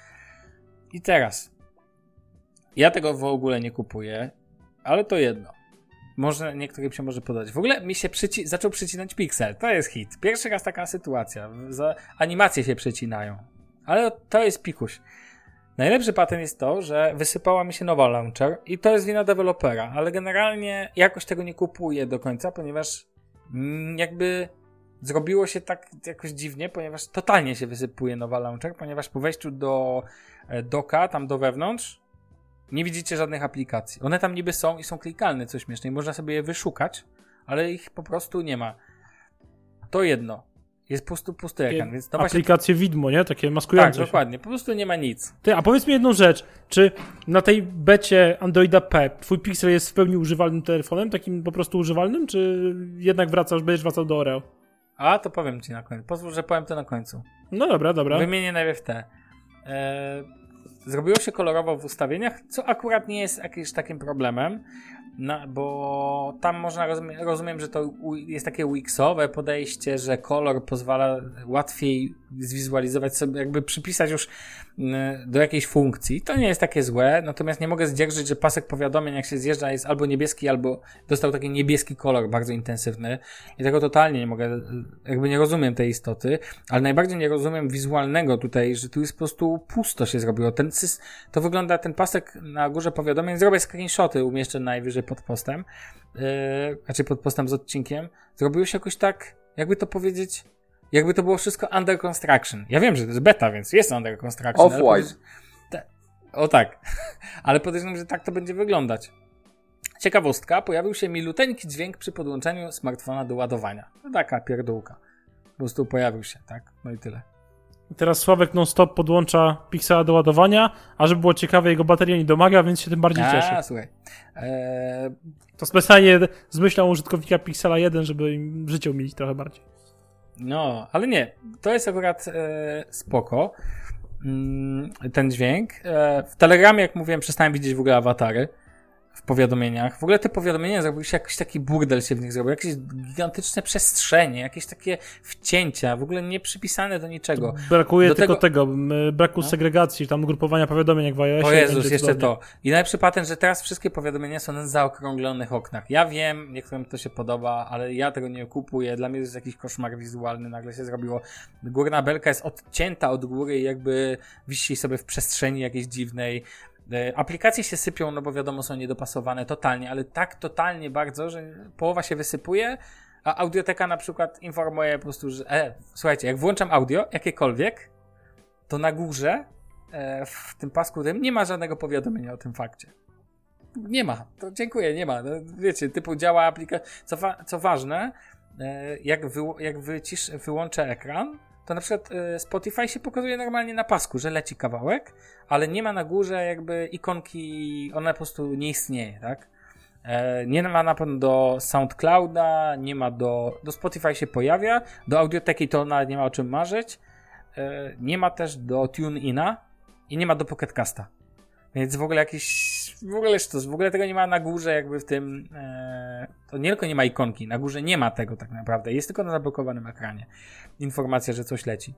I teraz. Ja tego w ogóle nie kupuję, ale to jedno. Może niektórym się może podać. W ogóle mi się zaczął przycinać Pixel. To jest hit. Pierwszy raz taka sytuacja. Animacje się przecinają. Ale to jest pikuś. Najlepszy patent jest to, że wysypała mi się nowa launcher i to jest wina dewelopera, ale generalnie jakoś tego nie kupuję do końca, ponieważ jakby zrobiło się tak jakoś dziwnie, ponieważ totalnie się wysypuje nowa launcher, ponieważ po wejściu do doka, tam do wewnątrz, nie widzicie żadnych aplikacji. One tam niby są i są klikalne, co śmieszne, i można sobie je wyszukać, ale ich po prostu nie ma. To jedno. Jest pusty ekran, więc to aplikacje widmo, nie? Takie maskujące. Tak, dokładnie. Po prostu nie ma nic. Ty, a powiedz mi jedną rzecz. Czy na tej becie Androida P twój Pixel jest w pełni używalnym telefonem? Takim po prostu używalnym? Czy jednak będziesz wracał do Oreo? A, to powiem ci na końcu. Pozwól, że powiem to na końcu. No dobra. Wymienię najpierw te. Zrobiło się kolorowo w ustawieniach, co akurat nie jest jakimś takim problemem, bo tam można, rozumiem, że to jest takie UX-owe podejście, że kolor pozwala łatwiej zwizualizować sobie, jakby przypisać już do jakiejś funkcji. To nie jest takie złe, natomiast nie mogę zdzierżyć, że pasek powiadomień, jak się zjeżdża, jest albo niebieski, albo dostał taki niebieski kolor bardzo intensywny i tego totalnie nie mogę, jakby nie rozumiem tej istoty, ale najbardziej nie rozumiem wizualnego tutaj, że tu jest po prostu pusto się zrobiło. To wygląda, ten pasek na górze powiadomień, zrobię screenshoty, umieszczę najwyżej pod postem, pod postem z odcinkiem, zrobiło się jakoś tak, jakby to powiedzieć, jakby to było wszystko under construction. Ja wiem, że to jest beta, więc jest under construction. Off-white. O tak. Ale podejrzewam, że tak to będzie wyglądać. Ciekawostka, pojawił się miluteńki dźwięk przy podłączeniu smartfona do ładowania. To taka pierdółka. Po prostu pojawił się, tak? No i tyle. Teraz Sławek non-stop podłącza Pixela do ładowania, a żeby było ciekawe, jego bateria nie domaga, więc się tym bardziej cieszy. Słuchaj. To specjalnie zmyślał użytkownika Pixela 1, żeby im życie umilić trochę bardziej. No, ale nie. To jest akurat spoko. Ten dźwięk. W Telegramie, jak mówiłem, przestałem widzieć w ogóle awatary w powiadomieniach. W ogóle te powiadomienia zrobił się jakiś taki burdel się w nich zrobił. Jakieś gigantyczne przestrzenie, jakieś takie wcięcia, w ogóle nie przypisane do niczego. Brakuje tego braku segregacji, tam grupowania powiadomień jak w iOSie. O Jezus, jeszcze to. I najlepszy patent, że teraz wszystkie powiadomienia są na zaokrąglonych oknach. Ja wiem, niektórym to się podoba, ale ja tego nie kupuję. Dla mnie to jest jakiś koszmar wizualny, nagle się zrobiło. Górna belka jest odcięta od góry i jakby wisi sobie w przestrzeni jakiejś dziwnej. Aplikacje się sypią, no bo wiadomo, są niedopasowane totalnie, ale tak totalnie bardzo, że połowa się wysypuje, a Audioteka na przykład informuje po prostu, że słuchajcie, jak włączam audio, jakiekolwiek, to na górze w tym pasku tym nie ma żadnego powiadomienia o tym fakcie. Nie ma. To dziękuję, nie ma. No, wiecie, typu działa aplikacja. Co ważne, jak wyłączę ekran, to na przykład Spotify się pokazuje normalnie na pasku, że leci kawałek, ale nie ma na górze jakby ikonki, ona po prostu nie istnieje, tak? Nie ma na pewno do SoundClouda, nie ma do Spotify się pojawia, do Audioteki to ona nie ma o czym marzyć, nie ma też do TuneIna i nie ma do Pocket Casta. Więc w ogóle tego nie ma na górze jakby w tym, to nie tylko nie ma ikonki, na górze nie ma tego tak naprawdę, jest tylko na zablokowanym ekranie informacja, że coś leci.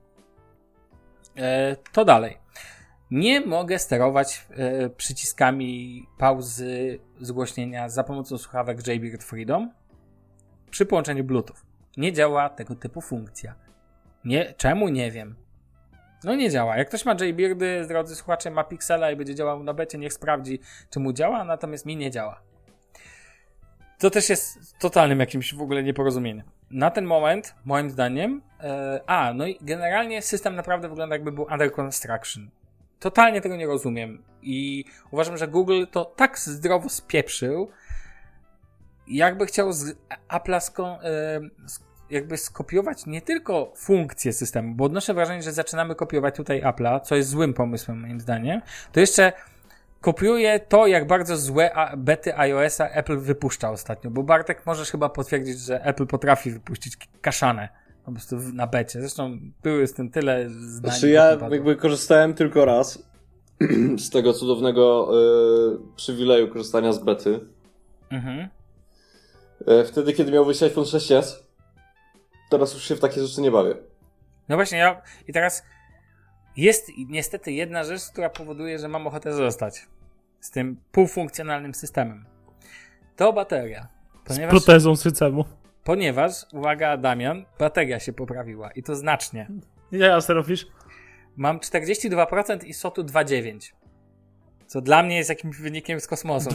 To dalej. Nie mogę sterować przyciskami pauzy zgłośnienia za pomocą słuchawek Jaybird Freedom przy połączeniu Bluetooth. Nie działa tego typu funkcja. Czemu? Nie wiem. No nie działa. Jak ktoś ma Jaybirdy, drodzy słuchacze, ma Pixela i będzie działał na becie, niech sprawdzi, czy mu działa, natomiast mi nie działa. To też jest totalnym jakimś w ogóle nieporozumieniem. Na ten moment, moim zdaniem, no i generalnie system naprawdę wygląda jakby był under construction. Totalnie tego nie rozumiem i uważam, że Google to tak zdrowo spieprzył, jakby chciał z Apple'a jakby skopiować nie tylko funkcje systemu, bo odnoszę wrażenie, że zaczynamy kopiować tutaj Apple'a, co jest złym pomysłem moim zdaniem, to jeszcze kopiuje to, jak bardzo złe bety iOS-a Apple wypuszcza ostatnio, bo Bartek możesz chyba potwierdzić, że Apple potrafi wypuścić kaszanę po prostu na becie. Zresztą były z tym tyle zdań. Znaczy ja jakby korzystałem tylko raz z tego cudownego przywileju korzystania z bety. Mhm. Wtedy, kiedy miał wyjść iPhone 6s. Teraz już się w takie rzeczy nie bawię. No właśnie, i teraz jest niestety jedna rzecz, która powoduje, że mam ochotę zostać z tym półfunkcjonalnym systemem. To bateria. Z protezą systemu. Ponieważ, uwaga Damian, bateria się poprawiła i to znacznie. Ja co robisz? Mam 42% i SOT-u 2,9. Co dla mnie jest jakimś wynikiem z kosmosu.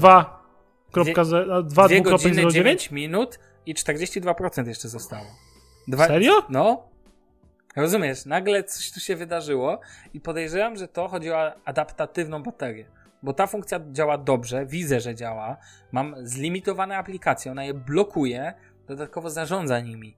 2 godziny 9 minut i 42% jeszcze zostało. Serio? No. Rozumiesz, nagle coś tu się wydarzyło i podejrzewam, że to chodzi o adaptatywną baterię. Bo ta funkcja działa dobrze, widzę, że działa. Mam zlimitowane aplikacje, ona je blokuje, dodatkowo zarządza nimi.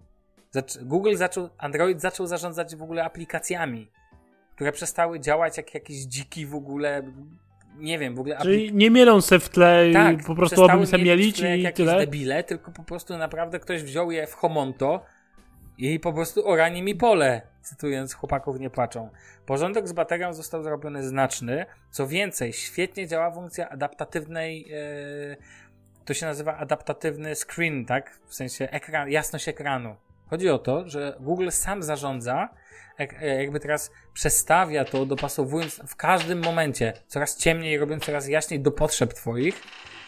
Android zaczął zarządzać w ogóle aplikacjami, które przestały działać jak jakiś dziki w ogóle, nie wiem, w ogóle... Czyli nie mielą se w tle tak, i po prostu aby se mielić i jakieś tyle? Debile, tylko po prostu naprawdę ktoś wziął je w homonto i po prostu orani mi pole, cytując chłopaków nie płaczą. Porządek z baterią został zrobiony znaczny, co więcej, świetnie działa funkcja adaptatywnej, to się nazywa adaptatywny screen, tak? W sensie jasność ekranu. Chodzi o to, że Google sam zarządza, jakby teraz przestawia to, dopasowując w każdym momencie, coraz ciemniej, robiąc coraz jaśniej do potrzeb twoich.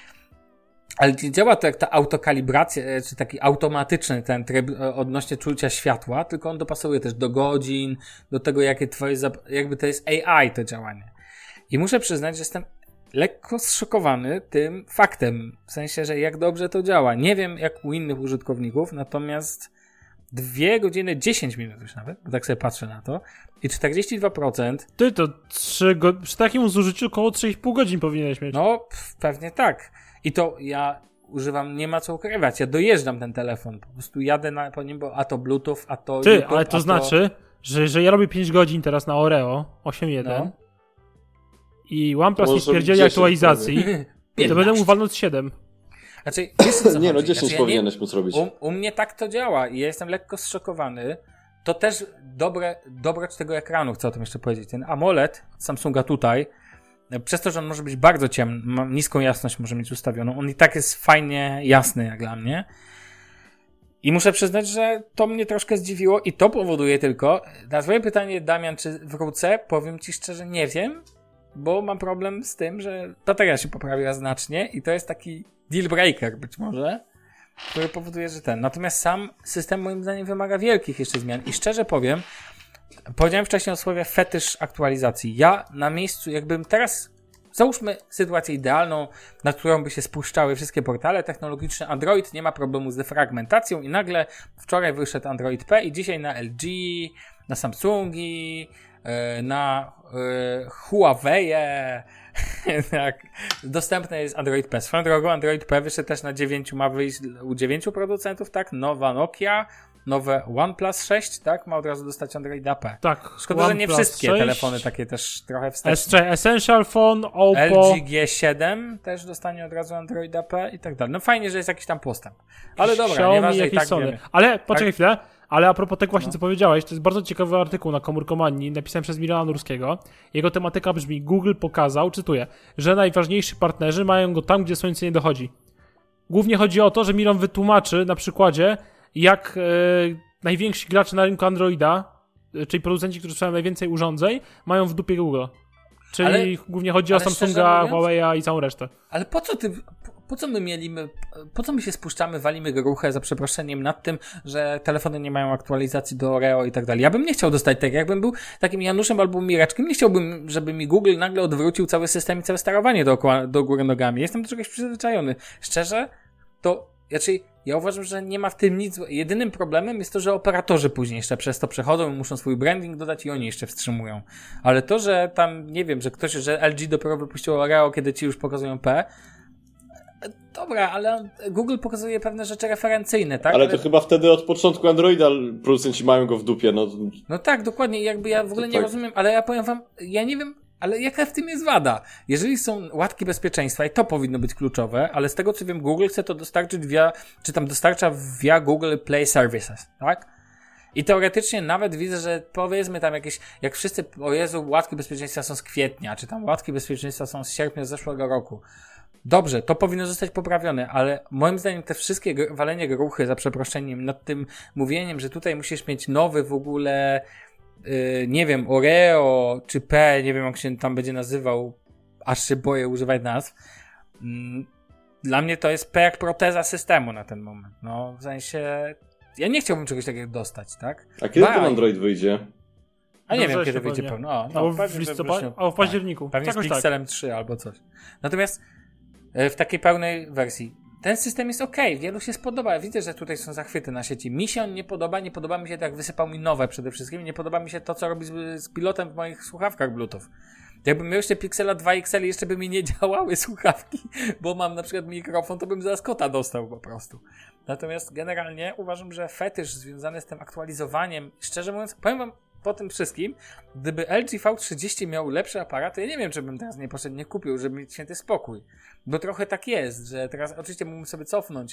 Ale nie działa to jak ta autokalibracja, czy taki automatyczny ten tryb odnośnie czucia światła, tylko on dopasowuje też do godzin, do tego, jakie twoje, jakby to jest AI to działanie. I muszę przyznać, że jestem lekko zszokowany tym faktem, w sensie, że jak dobrze to działa. Nie wiem jak u innych użytkowników, natomiast 2 godziny 10 minut już nawet, bo tak sobie patrzę na to, i 42%. Ty to przy takim zużyciu około 3,5 godzin powinieneś mieć. No, pewnie tak. I to ja używam, nie ma co ukrywać, ja dojeżdżam ten telefon, po prostu jadę po nim, bo a to Bluetooth, a to Ty, YouTube, ale to znaczy, że ja robię 5 godzin teraz na Oreo 8.1 i OnePlus nie spierdzieli aktualizacji, to będę mu walnąć 7. Znaczy, wiesz, co nie, chodzi? 10 powinieneś móc robić. U mnie tak to działa i ja jestem lekko zszokowany. To też dobroć tego ekranu, chcę o tym jeszcze powiedzieć. Ten AMOLED Samsunga tutaj, przez to, że on może być bardzo ciemny, ma niską jasność może mieć ustawioną, on i tak jest fajnie jasny jak dla mnie. I muszę przyznać, że to mnie troszkę zdziwiło i to powoduje tylko, na twoje pytanie, Damian, czy wrócę, powiem ci szczerze, nie wiem, bo mam problem z tym, że bateria się poprawiła znacznie i to jest taki deal breaker być może, który powoduje, że Natomiast sam system moim zdaniem wymaga wielkich jeszcze zmian i szczerze powiem, powiedziałem wcześniej o słowie fetysz aktualizacji. Ja na miejscu, jakbym teraz, załóżmy sytuację idealną, na którą by się spuszczały wszystkie portale technologiczne, Android nie ma problemu z defragmentacją i nagle wczoraj wyszedł Android P i dzisiaj na LG, na Samsungi, na Huawei, tak, dostępne jest Android P. Swoją drogą Android P wyszedł też na 9, ma wyjść u 9 producentów, tak? Nowa Nokia, nowe OnePlus 6, tak? Ma od razu dostać Androida P. Tak. Szkoda, że nie wszystkie 6, telefony takie też trochę wsteczne. Essential Phone, Oppo. LG G7 też dostanie od razu Androida P i tak dalej. No fajnie, że jest jakiś tam postęp. Ale dobra, Xiaomi, nieważne i tak Sony. wiemy. Ale poczekaj chwilę. Ale a propos tego właśnie, co powiedziałeś, to jest bardzo ciekawy artykuł na Komórkomanii, napisałem przez Milana Nurskiego. Jego tematyka brzmi: Google pokazał, cytuję, że najważniejsi partnerzy mają go tam, gdzie słońce nie dochodzi. Głównie chodzi o to, że Milan wytłumaczy na przykładzie, jak najwięksi gracze na rynku Androida, czyli producenci, którzy sprzedają najwięcej urządzeń, mają w dupie Google. Czyli głównie chodzi o Samsunga, Huawei'a i całą resztę. Ale po co my się spuszczamy, walimy gruchę za przeproszeniem nad tym, że telefony nie mają aktualizacji do Oreo i tak dalej. Ja bym nie chciał dostać tak, jakbym był takim Januszem albo Mireczkiem, nie chciałbym, żeby mi Google nagle odwrócił cały system i całe sterowanie do góry nogami. Jestem do czegoś przyzwyczajony. Szczerze, ja uważam, że nie ma w tym nic. Jedynym problemem jest to, że operatorzy później jeszcze przez to przechodzą i muszą swój branding dodać i oni jeszcze wstrzymują. Ale to, że tam, nie wiem, że LG dopiero wypuściło Oreo, kiedy ci już pokazują P, Dobra, ale Google pokazuje pewne rzeczy referencyjne, tak? Ale to chyba wtedy od początku Androida producenci mają go w dupie, no. No tak, dokładnie, jakby ja w ogóle nie rozumiem, ale ja powiem wam, ja nie wiem, ale jaka w tym jest wada? Jeżeli są łatki bezpieczeństwa i to powinno być kluczowe, ale z tego co wiem, Google chce to dostarczyć dostarcza via Google Play Services, tak? I teoretycznie nawet widzę, że powiedzmy tam jakieś, jak wszyscy, o Jezu, łatki bezpieczeństwa są z kwietnia, czy tam łatki bezpieczeństwa są z sierpnia zeszłego roku. Dobrze, to powinno zostać poprawione, ale moim zdaniem te wszystkie walenie gruchy, za przeproszeniem, nad tym mówieniem, że tutaj musisz mieć nowy w ogóle, nie wiem, Oreo, czy P, nie wiem jak się tam będzie nazywał, aż się boję używać nazw. Dla mnie to jest P jak proteza systemu na ten moment. No, w sensie, ja nie chciałbym czegoś takiego dostać, tak? A kiedy ten Android wyjdzie? A nie wiem, kiedy wyjdzie pełno. Albo w listopadzie, albo w październiku. Pewnie z Pixelem 3 albo coś. Natomiast w takiej pełnej wersji ten system jest okej, wielu się spodoba. Widzę, że tutaj są zachwyty na sieci. Mi się on nie podoba mi się to, jak wysypał mi nowe przede wszystkim. Nie podoba mi się to, co robi z pilotem w moich słuchawkach Bluetooth. Jakbym miał jeszcze Pixela 2 XL i jeszcze by mi nie działały słuchawki, bo mam na przykład mikrofon, to bym za Scotta dostał po prostu. Natomiast generalnie uważam, że fetysz związany z tym aktualizowaniem, szczerze mówiąc, powiem wam po tym wszystkim, gdyby LG V30 miał lepszy aparat, to ja nie wiem, czy bym teraz nie poszedł, nie kupił, żeby mieć święty spokój. Bo trochę tak jest, że teraz oczywiście mógłbym sobie cofnąć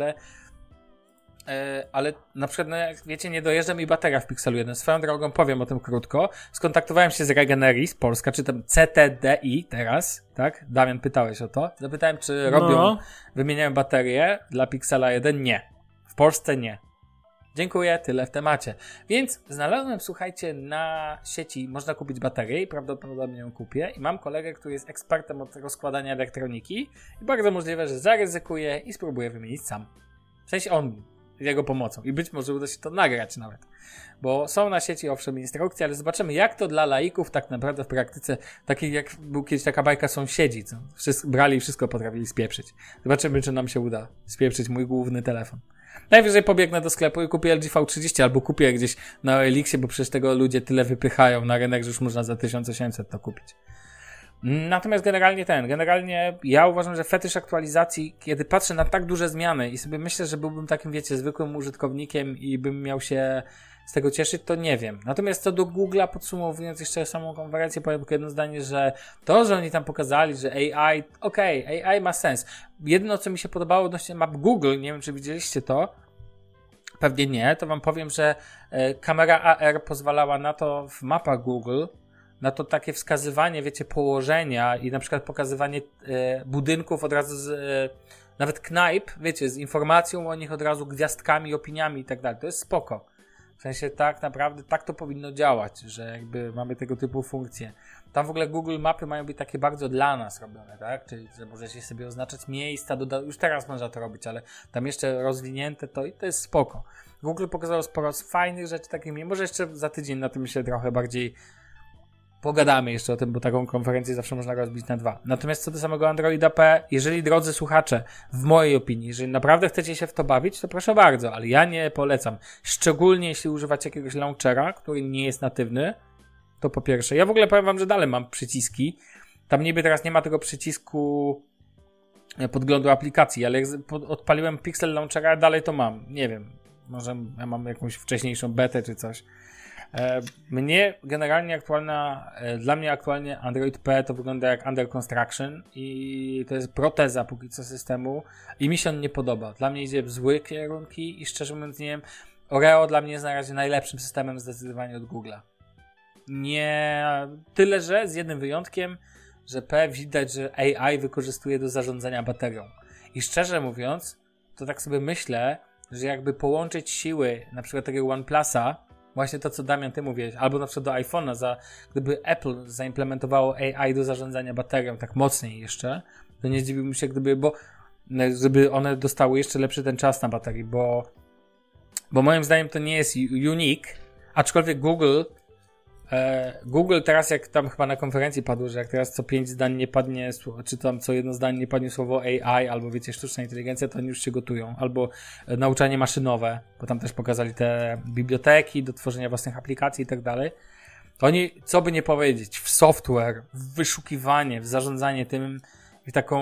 ale na przykład, no jak wiecie, nie dojeżdża mi bateria w Pixelu 1. Swoją drogą powiem o tym krótko. Skontaktowałem się z Regeneris Polska, czy tam CTDI teraz, tak? Damian, pytałeś o to. Zapytałem, czy wymieniają baterię dla Pixela 1. Nie. W Polsce nie. Dziękuję, tyle w temacie. Więc znalazłem, słuchajcie, na sieci można kupić baterię i prawdopodobnie ją kupię. I mam kolegę, który jest ekspertem od rozkładania elektroniki i bardzo możliwe, że zaryzykuje i spróbuję wymienić sam. W sensie on, z jego pomocą. I być może uda się to nagrać nawet. Bo są na sieci owszem instrukcje, ale zobaczymy, jak to dla laików tak naprawdę w praktyce, takiej jak był kiedyś taka bajka Sąsiedzi, co brali i wszystko potrafili spieprzyć. Zobaczymy, czy nam się uda spieprzyć mój główny telefon. Najwyżej pobiegnę do sklepu i kupię LG V30 albo kupię gdzieś na Elixie, bo przecież tego ludzie tyle wypychają na rynek, że już można za 1800 to kupić. Natomiast generalnie ja uważam, że fetysz aktualizacji, kiedy patrzę na tak duże zmiany i sobie myślę, że byłbym takim, wiecie, zwykłym użytkownikiem i bym miał się z tego cieszyć, to nie wiem. Natomiast co do Google'a, podsumowując jeszcze samą konferencję, powiem tylko jedno zdanie, że to, że oni tam pokazali, że AI, AI ma sens. Jedyne, co mi się podobało odnośnie map Google, nie wiem, czy widzieliście to, pewnie nie, to wam powiem, że kamera AR pozwalała na to w mapach Google, na to takie wskazywanie, wiecie, położenia i na przykład pokazywanie budynków od razu nawet knajp, wiecie, z informacją o nich od razu, gwiazdkami, opiniami i tak dalej. To jest spoko. W sensie tak naprawdę tak to powinno działać, że jakby mamy tego typu funkcje. Tam w ogóle Google Mapy mają być takie bardzo dla nas robione, tak? Czyli że możecie sobie oznaczać miejsca, już teraz można to robić, ale tam jeszcze rozwinięte to i to jest spoko. Google pokazało sporo fajnych rzeczy takich, może jeszcze za tydzień na tym się trochę bardziej pogadamy jeszcze o tym, bo taką konferencję zawsze można rozbić na 2. Natomiast co do samego Androida P, jeżeli drodzy słuchacze, w mojej opinii, jeżeli naprawdę chcecie się w to bawić, to proszę bardzo, ale ja nie polecam. Szczególnie jeśli używacie jakiegoś launchera, który nie jest natywny, to po pierwsze. Ja w ogóle powiem wam, że dalej mam przyciski. Tam niby teraz nie ma tego przycisku podglądu aplikacji, ale jak odpaliłem Pixel Launchera, dalej to mam. Nie wiem, może ja mam jakąś wcześniejszą betę czy coś. Dla mnie aktualnie Android P to wygląda jak Under Construction i to jest proteza póki co systemu i mi się on nie podoba. Dla mnie idzie w złe kierunki i szczerze mówiąc nie wiem, Oreo dla mnie jest na razie najlepszym systemem zdecydowanie od Google'a. Nie, tyle że z jednym wyjątkiem, że P widać, że AI wykorzystuje do zarządzania baterią. I szczerze mówiąc, to tak sobie myślę, że jakby połączyć siły na przykład takiego OnePlusa, właśnie to, co Damian, ty mówiłeś, albo na przykład do iPhone'a, gdyby Apple zaimplementowało AI do zarządzania baterią tak mocniej jeszcze, to nie zdziwiłbym się, żeby one dostały jeszcze lepszy ten czas na baterii, bo moim zdaniem to nie jest unique, aczkolwiek Google teraz, jak tam chyba na konferencji padło, że jak teraz co 5 zdań nie padnie, czy tam co jedno zdanie nie padnie słowo AI, albo wiecie, sztuczna inteligencja, to oni już się gotują. Albo nauczanie maszynowe, bo tam też pokazali te biblioteki do tworzenia własnych aplikacji i tak dalej. Oni, co by nie powiedzieć, w software, w wyszukiwanie, w zarządzanie tym, w taką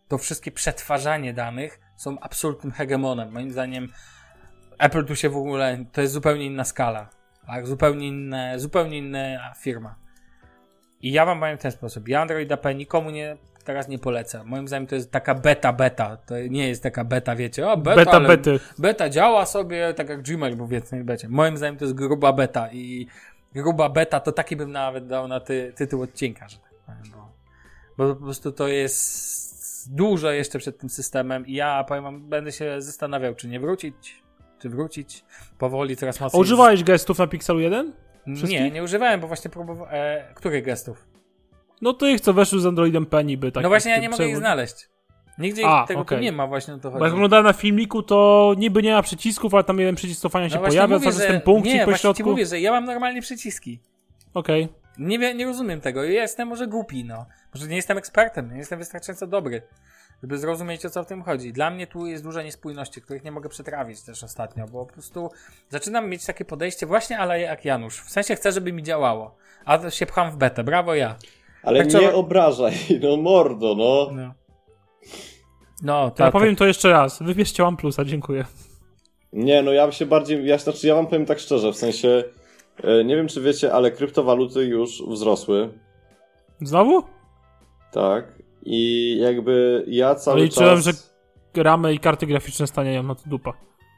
to wszystkie przetwarzanie danych są absolutnym hegemonem. Moim zdaniem Apple tu się w ogóle, to jest zupełnie inna skala, tak? Zupełnie inna firma. I ja wam powiem w ten sposób, ja Androida P nikomu teraz nie polecam. Moim zdaniem to jest taka beta. To nie jest taka beta, wiecie, beta działa sobie tak jak Gmail, bo w tej becie. Moim zdaniem to jest gruba beta i gruba beta to taki bym nawet dał na tytuł odcinka, że tak powiem, bo po prostu to jest dużo jeszcze przed tym systemem i ja powiem wam, będę się zastanawiał, czy nie wrócić, powoli coraz mocniej. A używałeś gestów na Pixelu 1? Nie używałem, bo właśnie próbowałem. Których gestów? No tych, co weszły z Androidem P niby. No właśnie, ja nie mogę ich znaleźć. Nigdzie tego tu nie ma, właśnie o to chodzi. Bo jak oglądałem na filmiku, to niby nie ma przycisków, ale tam jeden przycisk cofania się pojawia, cały czas ten punkcik po środku. Nie, mówię, że ja mam normalnie przyciski. Okej. Nie rozumiem tego. Ja jestem może głupi, no. Może nie jestem ekspertem, nie jestem wystarczająco dobry, żeby zrozumieć, o co w tym chodzi. Dla mnie tu jest dużo niespójności, których nie mogę przetrawić też ostatnio, bo po prostu zaczynam mieć takie podejście właśnie, ale jak Janusz. W sensie chcę, żeby mi działało, a się pcham w betę. Brawo ja. Ale tak nie obrażaj, no mordo, no. No, ja powiem to jeszcze raz. Wybierzcie OnePlusa, dziękuję. Nie, no ja się bardziej, ja wam powiem tak szczerze, w sensie, nie wiem czy wiecie, ale kryptowaluty już wzrosły. Znowu? Tak. I jakby ja cały liczyłem, czas... że ramy i karty graficzne stanieją na to dupa.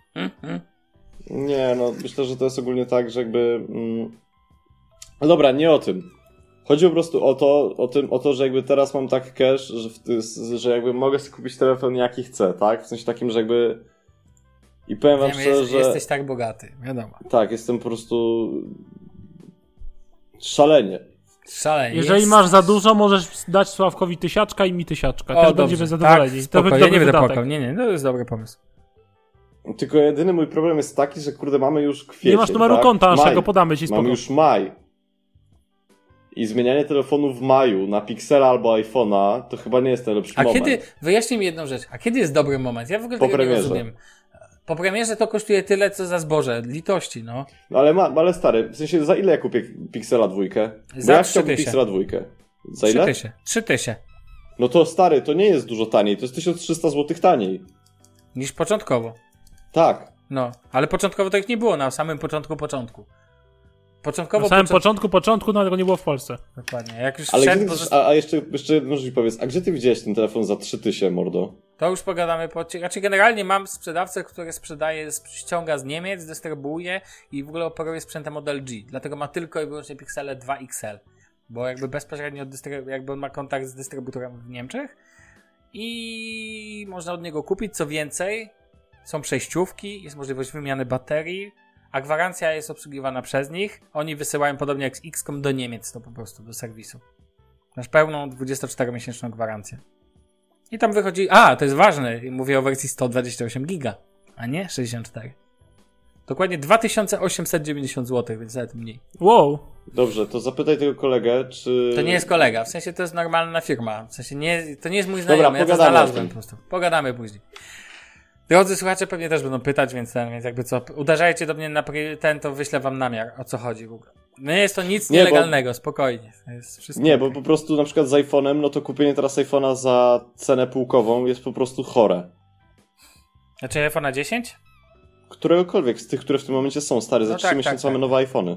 Nie, no myślę, że to jest ogólnie tak, że jakby... No dobra, nie o tym. Chodzi po prostu o to, że jakby teraz mam tak cash, że jakby mogę sobie kupić telefon jaki chcę, tak? W sensie takim, że jakby... I powiem wam szczerze, że... Jesteś tak bogaty, wiadomo. Tak, jestem po prostu... Szalenie. Jeżeli masz za dużo, możesz dać Sławkowi 1000 i mi 1000. Też będziemy zadowoleni. Tak, to będzie ja nie będę płakał. Nie, to jest dobry pomysł. Tylko jedyny mój problem jest taki, że kurde mamy już kwiecień. Nie masz numeru konta naszego, podamy ci spoko. Mamy już maj. I zmienianie telefonu w maju na Pixela albo iPhone'a to chyba nie jest najlepszy moment. Wyjaśnij mi jedną rzecz. A kiedy jest dobry moment? Ja w ogóle tego nie rozumiem. Po premierze to kosztuje tyle, co za zboże. Litości, no. Ale stary, w sensie za ile ja kupię Pixela 2? Za ja chciałbym Pixela 2. Za ile? 3000. No to stary, to nie jest dużo taniej. To jest 1300 zł taniej. Niż początkowo. Tak. No, ale początkowo to ich nie było na samym początku. Na samym początku, no ale tego nie było w Polsce. Dokładnie. Jak już a jeszcze może mi powiedz, a gdzie ty widziałeś ten telefon za 3000, mordo? To już pogadamy Znaczy generalnie mam sprzedawcę, który ściąga z Niemiec, dystrybuuje i w ogóle operuje sprzętem od LG. Dlatego ma tylko i wyłącznie Pixele 2 XL. Bo jakby bezpośrednio jakby on ma kontakt z dystrybutorem w Niemczech i można od niego kupić. Co więcej, są przejściówki, jest możliwość wymiany baterii, a gwarancja jest obsługiwana przez nich. Oni wysyłają podobnie jak z XCOM do Niemiec, to po prostu do serwisu. Masz pełną 24-miesięczną gwarancję. I tam wychodzi... to jest ważne, mówię o wersji 128 giga, a nie 64. Dokładnie 2890 zł, więc nawet mniej. Wow. Dobrze, to zapytaj tego kolegę, czy... To nie jest kolega, w sensie to jest normalna firma. W sensie to nie jest mój znajomy, ja to znalazłem po prostu. Pogadamy później. Drodzy słuchacze pewnie też będą pytać, więc jakby co, uderzajcie do mnie na to wyślę wam namiar, o co chodzi w ogóle. Nie jest to nic nielegalnego, spokojnie. To jest wszystko bo po prostu na przykład z iPhone'em, no to kupienie teraz iPhone'a za cenę półkową jest po prostu chore. Znaczy iPhone'a 10? Któregokolwiek z tych, które w tym momencie są, stary, za 3 miesiące mamy nowe iPhony.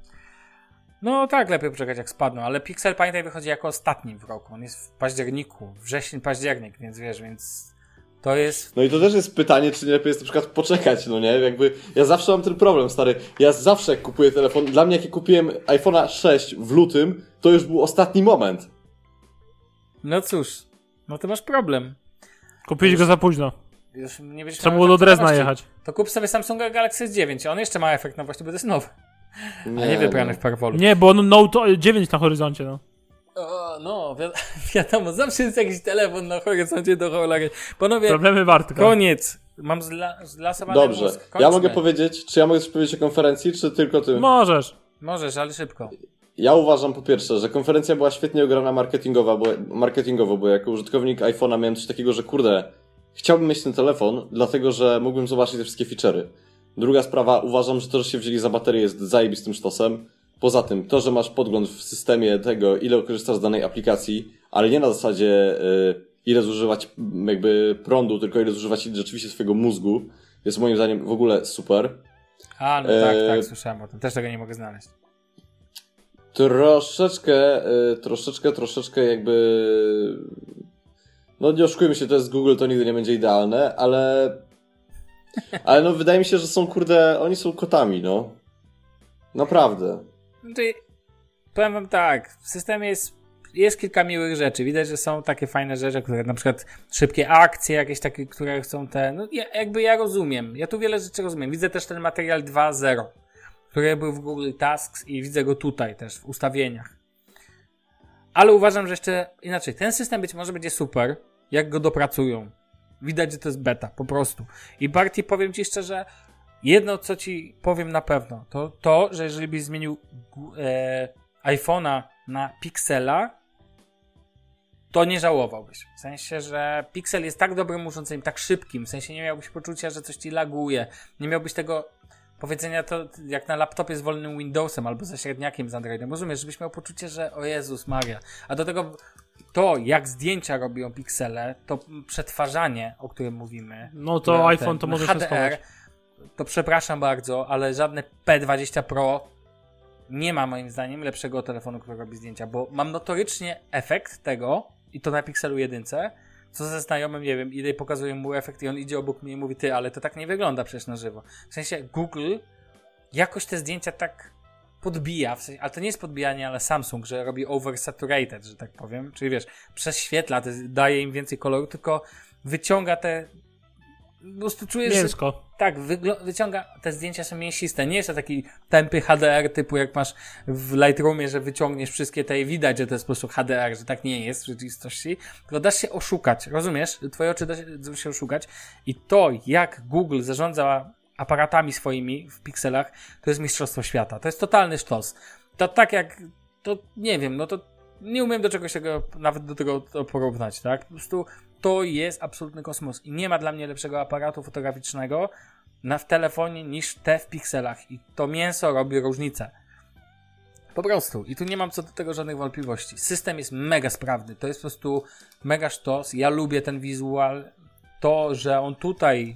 No tak, lepiej poczekać jak spadną, ale Pixel, pamiętaj, wychodzi jako ostatni w roku. On jest w październiku, październik, więc wiesz, więc to jest... No i to też jest pytanie, czy nie lepiej jest na przykład poczekać, no nie? Jakby ja zawsze mam ten problem, stary. Ja zawsze jak kupuję telefon, dla mnie jak ja kupiłem iPhone'a 6 w lutym, to już był ostatni moment. No cóż, no to masz problem. Kupiłeś go za późno. Już nie będziesz trzeba było do Drezna jechać. To kup sobie Samsunga Galaxy S9, on jeszcze ma efekt nowości, bo to jest nowy. A nie wybrany w parwolu. Nie, bo on Note 9 na horyzoncie, no. No, wiadomo, zawsze jest jakiś telefon na horyzoncie do cholery. Panowie, problemy Bartka. Koniec. Mam zlasowany Dobrze, mózg. ja mogę powiedzieć, czy ja mogę coś powiedzieć o konferencji, czy tylko ty? Możesz, ale szybko. Ja uważam po pierwsze, że konferencja była świetnie ograna marketingowo, bo jako użytkownik iPhone'a miałem coś takiego, że kurde, chciałbym mieć ten telefon, dlatego że mógłbym zobaczyć te wszystkie feature'y. Druga sprawa, uważam, że to, że się wzięli za baterię jest zajebistym sztosem. Poza tym, to, że masz podgląd w systemie tego, ile korzystasz z danej aplikacji, ale nie na zasadzie ile zużywać jakby prądu, tylko ile zużywać rzeczywiście swojego mózgu. Jest moim zdaniem w ogóle super. A, no tak, słyszałem o tym. Też tego nie mogę znaleźć. Troszeczkę jakby... No nie oszukujmy się, to jest Google, to nigdy nie będzie idealne, ale no wydaje mi się, że są, oni są kotami, no. Naprawdę. Znaczy, powiem wam tak, w systemie jest kilka miłych rzeczy. Widać, że są takie fajne rzeczy, które na przykład szybkie akcje, jakieś takie, które chcą no ja rozumiem. Ja tu wiele rzeczy rozumiem. Widzę też ten materiał 2.0, który był w Google Tasks i widzę go tutaj też w ustawieniach. Ale uważam, że jeszcze inaczej. Ten system być może będzie super, jak go dopracują. Widać, że to jest beta, po prostu. I Barty, powiem ci szczerze, jedno, co ci powiem na pewno, to, że jeżeli byś zmienił iPhone'a na Pixela, to nie żałowałbyś. W sensie, że Pixel jest tak dobrym urządzeniem, tak szybkim, w sensie nie miałbyś poczucia, że coś ci laguje, nie miałbyś tego powiedzenia to jak na laptopie z wolnym Windowsem albo ze średniakiem z Androidem. Rozumiesz, żebyś miał poczucie, że o Jezus Maria. A do tego to, jak zdjęcia robią piksele, to przetwarzanie, o którym mówimy. No to iPhone to może HDR, schować. to przepraszam bardzo, ale żadne P20 Pro nie ma moim zdaniem lepszego telefonu, który robi zdjęcia, bo mam notorycznie efekt tego, i to na Pixelu 1, co ze znajomym, nie wiem, idę i pokazuję mu efekt i on idzie obok mnie i mówi, ty, ale to tak nie wygląda przecież na żywo. W sensie Google jakoś te zdjęcia tak podbija, w sensie, ale to nie jest podbijanie, ale Samsung, że robi oversaturated, że tak powiem, czyli wiesz, prześwietla, daje im więcej koloru, tylko wyciąga te, po prostu czujesz, mięsko. że tak, wyciąga, te zdjęcia są mięsiste, nie jest to taki tępy HDR typu jak masz w Lightroomie, że wyciągniesz wszystkie te i widać, że to jest po prostu HDR, że tak nie jest w rzeczywistości, tylko dasz się oszukać, rozumiesz? Twoje oczy da się oszukać i to, jak Google zarządza aparatami swoimi w pikselach, to jest mistrzostwo świata, to jest totalny sztos. To tak jak, to nie wiem, no to nie umiem do czegoś tego, nawet do tego porównać, tak? Po prostu to jest absolutny kosmos i nie ma dla mnie lepszego aparatu fotograficznego w telefonie niż te w pikselach i to mięso robi różnicę. Po prostu. I tu nie mam co do tego żadnych wątpliwości. System jest mega sprawny, to jest po prostu mega sztos. Ja lubię ten wizual. To, że on tutaj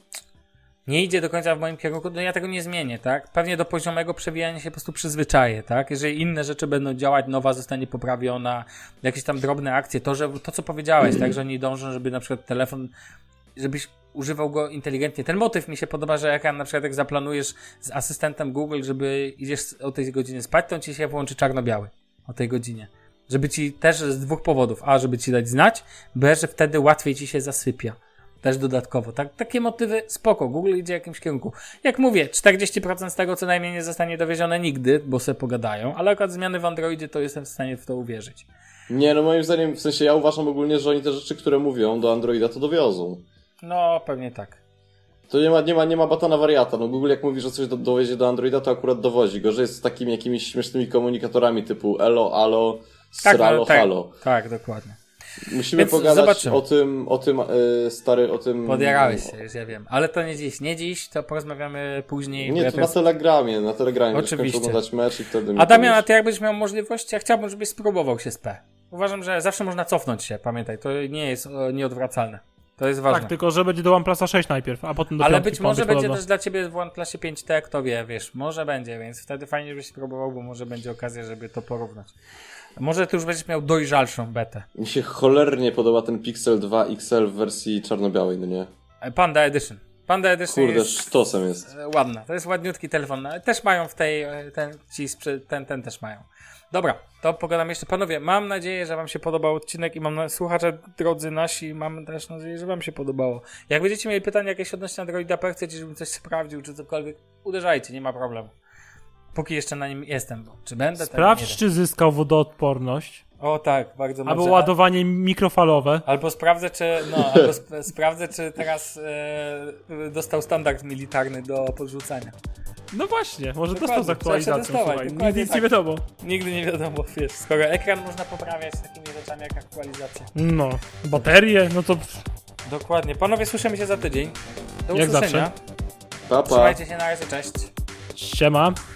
nie idzie do końca w moim kierunku, no ja tego nie zmienię, tak? Pewnie do poziomego przewijania się po prostu przyzwyczaję, tak? Jeżeli inne rzeczy będą działać, nowa zostanie poprawiona, jakieś tam drobne akcje, to co powiedziałeś, tak? Że oni dążą, żeby na przykład telefon, żebyś używał go inteligentnie. Ten motyw mi się podoba, że jak na przykład jak zaplanujesz z asystentem Google, żeby idziesz o tej godzinie spać, to on ci się włączy czarno-biały o tej godzinie. Żeby ci też z dwóch powodów. A, żeby ci dać znać, B, że wtedy łatwiej ci się zasypia. Też dodatkowo. Takie motywy spoko. Google idzie w jakimś kierunku. Jak mówię, 40% z tego co najmniej nie zostanie dowiezione nigdy, bo sobie pogadają, ale akurat zmiany w Androidzie to jestem w stanie w to uwierzyć. Nie, no moim zdaniem, w sensie ja uważam ogólnie, że oni te rzeczy, które mówią do Androida, to dowiozą. No, pewnie tak. To nie ma bata na wariata. No Google jak mówi, że coś dowiezie do Androida, to akurat dowozi go, że jest z takimi jakimiś śmiesznymi komunikatorami typu elo, alo, sralo, halo. Tak, dokładnie. Musimy Więc pogadać zobaczymy. o tym... Podjarałeś się, już ja wiem. Ale to nie dziś. Nie dziś, to porozmawiamy później. Nie, to na Telegramie. Oczywiście. Skończę oglądać mecz i wtedy... A Damian, a ty jakbyś miał możliwość, ja chciałbym, żebyś spróbował się z P. Uważam, że zawsze można cofnąć się, pamiętaj. To nie jest nieodwracalne. To jest ważne. Tak, tylko że będzie do OnePlusa 6 najpierw, a potem do ale 5 być może będzie podobno. też dla ciebie w OnePlusie 5T, kto wie, wiesz, może będzie, więc wtedy fajnie, żebyś spróbował, bo może będzie okazja, żeby to porównać. Może ty już będziesz miał dojrzalszą betę. Mi się cholernie podoba ten Pixel 2 XL w wersji czarno-białej, no nie? Panda Edition. Panda Edition Kurde, jest sztosem jest. ładna. To jest ładniutki telefon. Też mają w tej, ten też mają. Dobra, to pogadam jeszcze. Panowie, mam nadzieję, że wam się podobał odcinek i słuchacze drodzy nasi, mam też nadzieję, że wam się podobało. Jak będziecie mieli pytania jakieś odnośnie Androida P, chcecie, żebym coś sprawdził, czy cokolwiek, uderzajcie, nie ma problemu. Póki jeszcze na nim jestem. Czy będę? Sprawdź, czy zyskał wodoodporność. O tak, bardzo mocno. Albo ładowanie mikrofalowe. Albo sprawdzę, sprawdzę, czy teraz dostał standard militarny do podrzucania. No właśnie, może Dokładnie, dostał z aktualizacją, trzeba się słuchaj. testować, Nic tak. nie wiadomo. Nigdy nie wiadomo, wiesz, skoro ekran można poprawiać takimi rzeczami jak aktualizacja. No, baterie, no to... Dokładnie. Panowie, słyszymy się za tydzień. Do Jak usłyszenia. zawsze. Pa, pa. Trzymajcie się, na razie, cześć. Siema.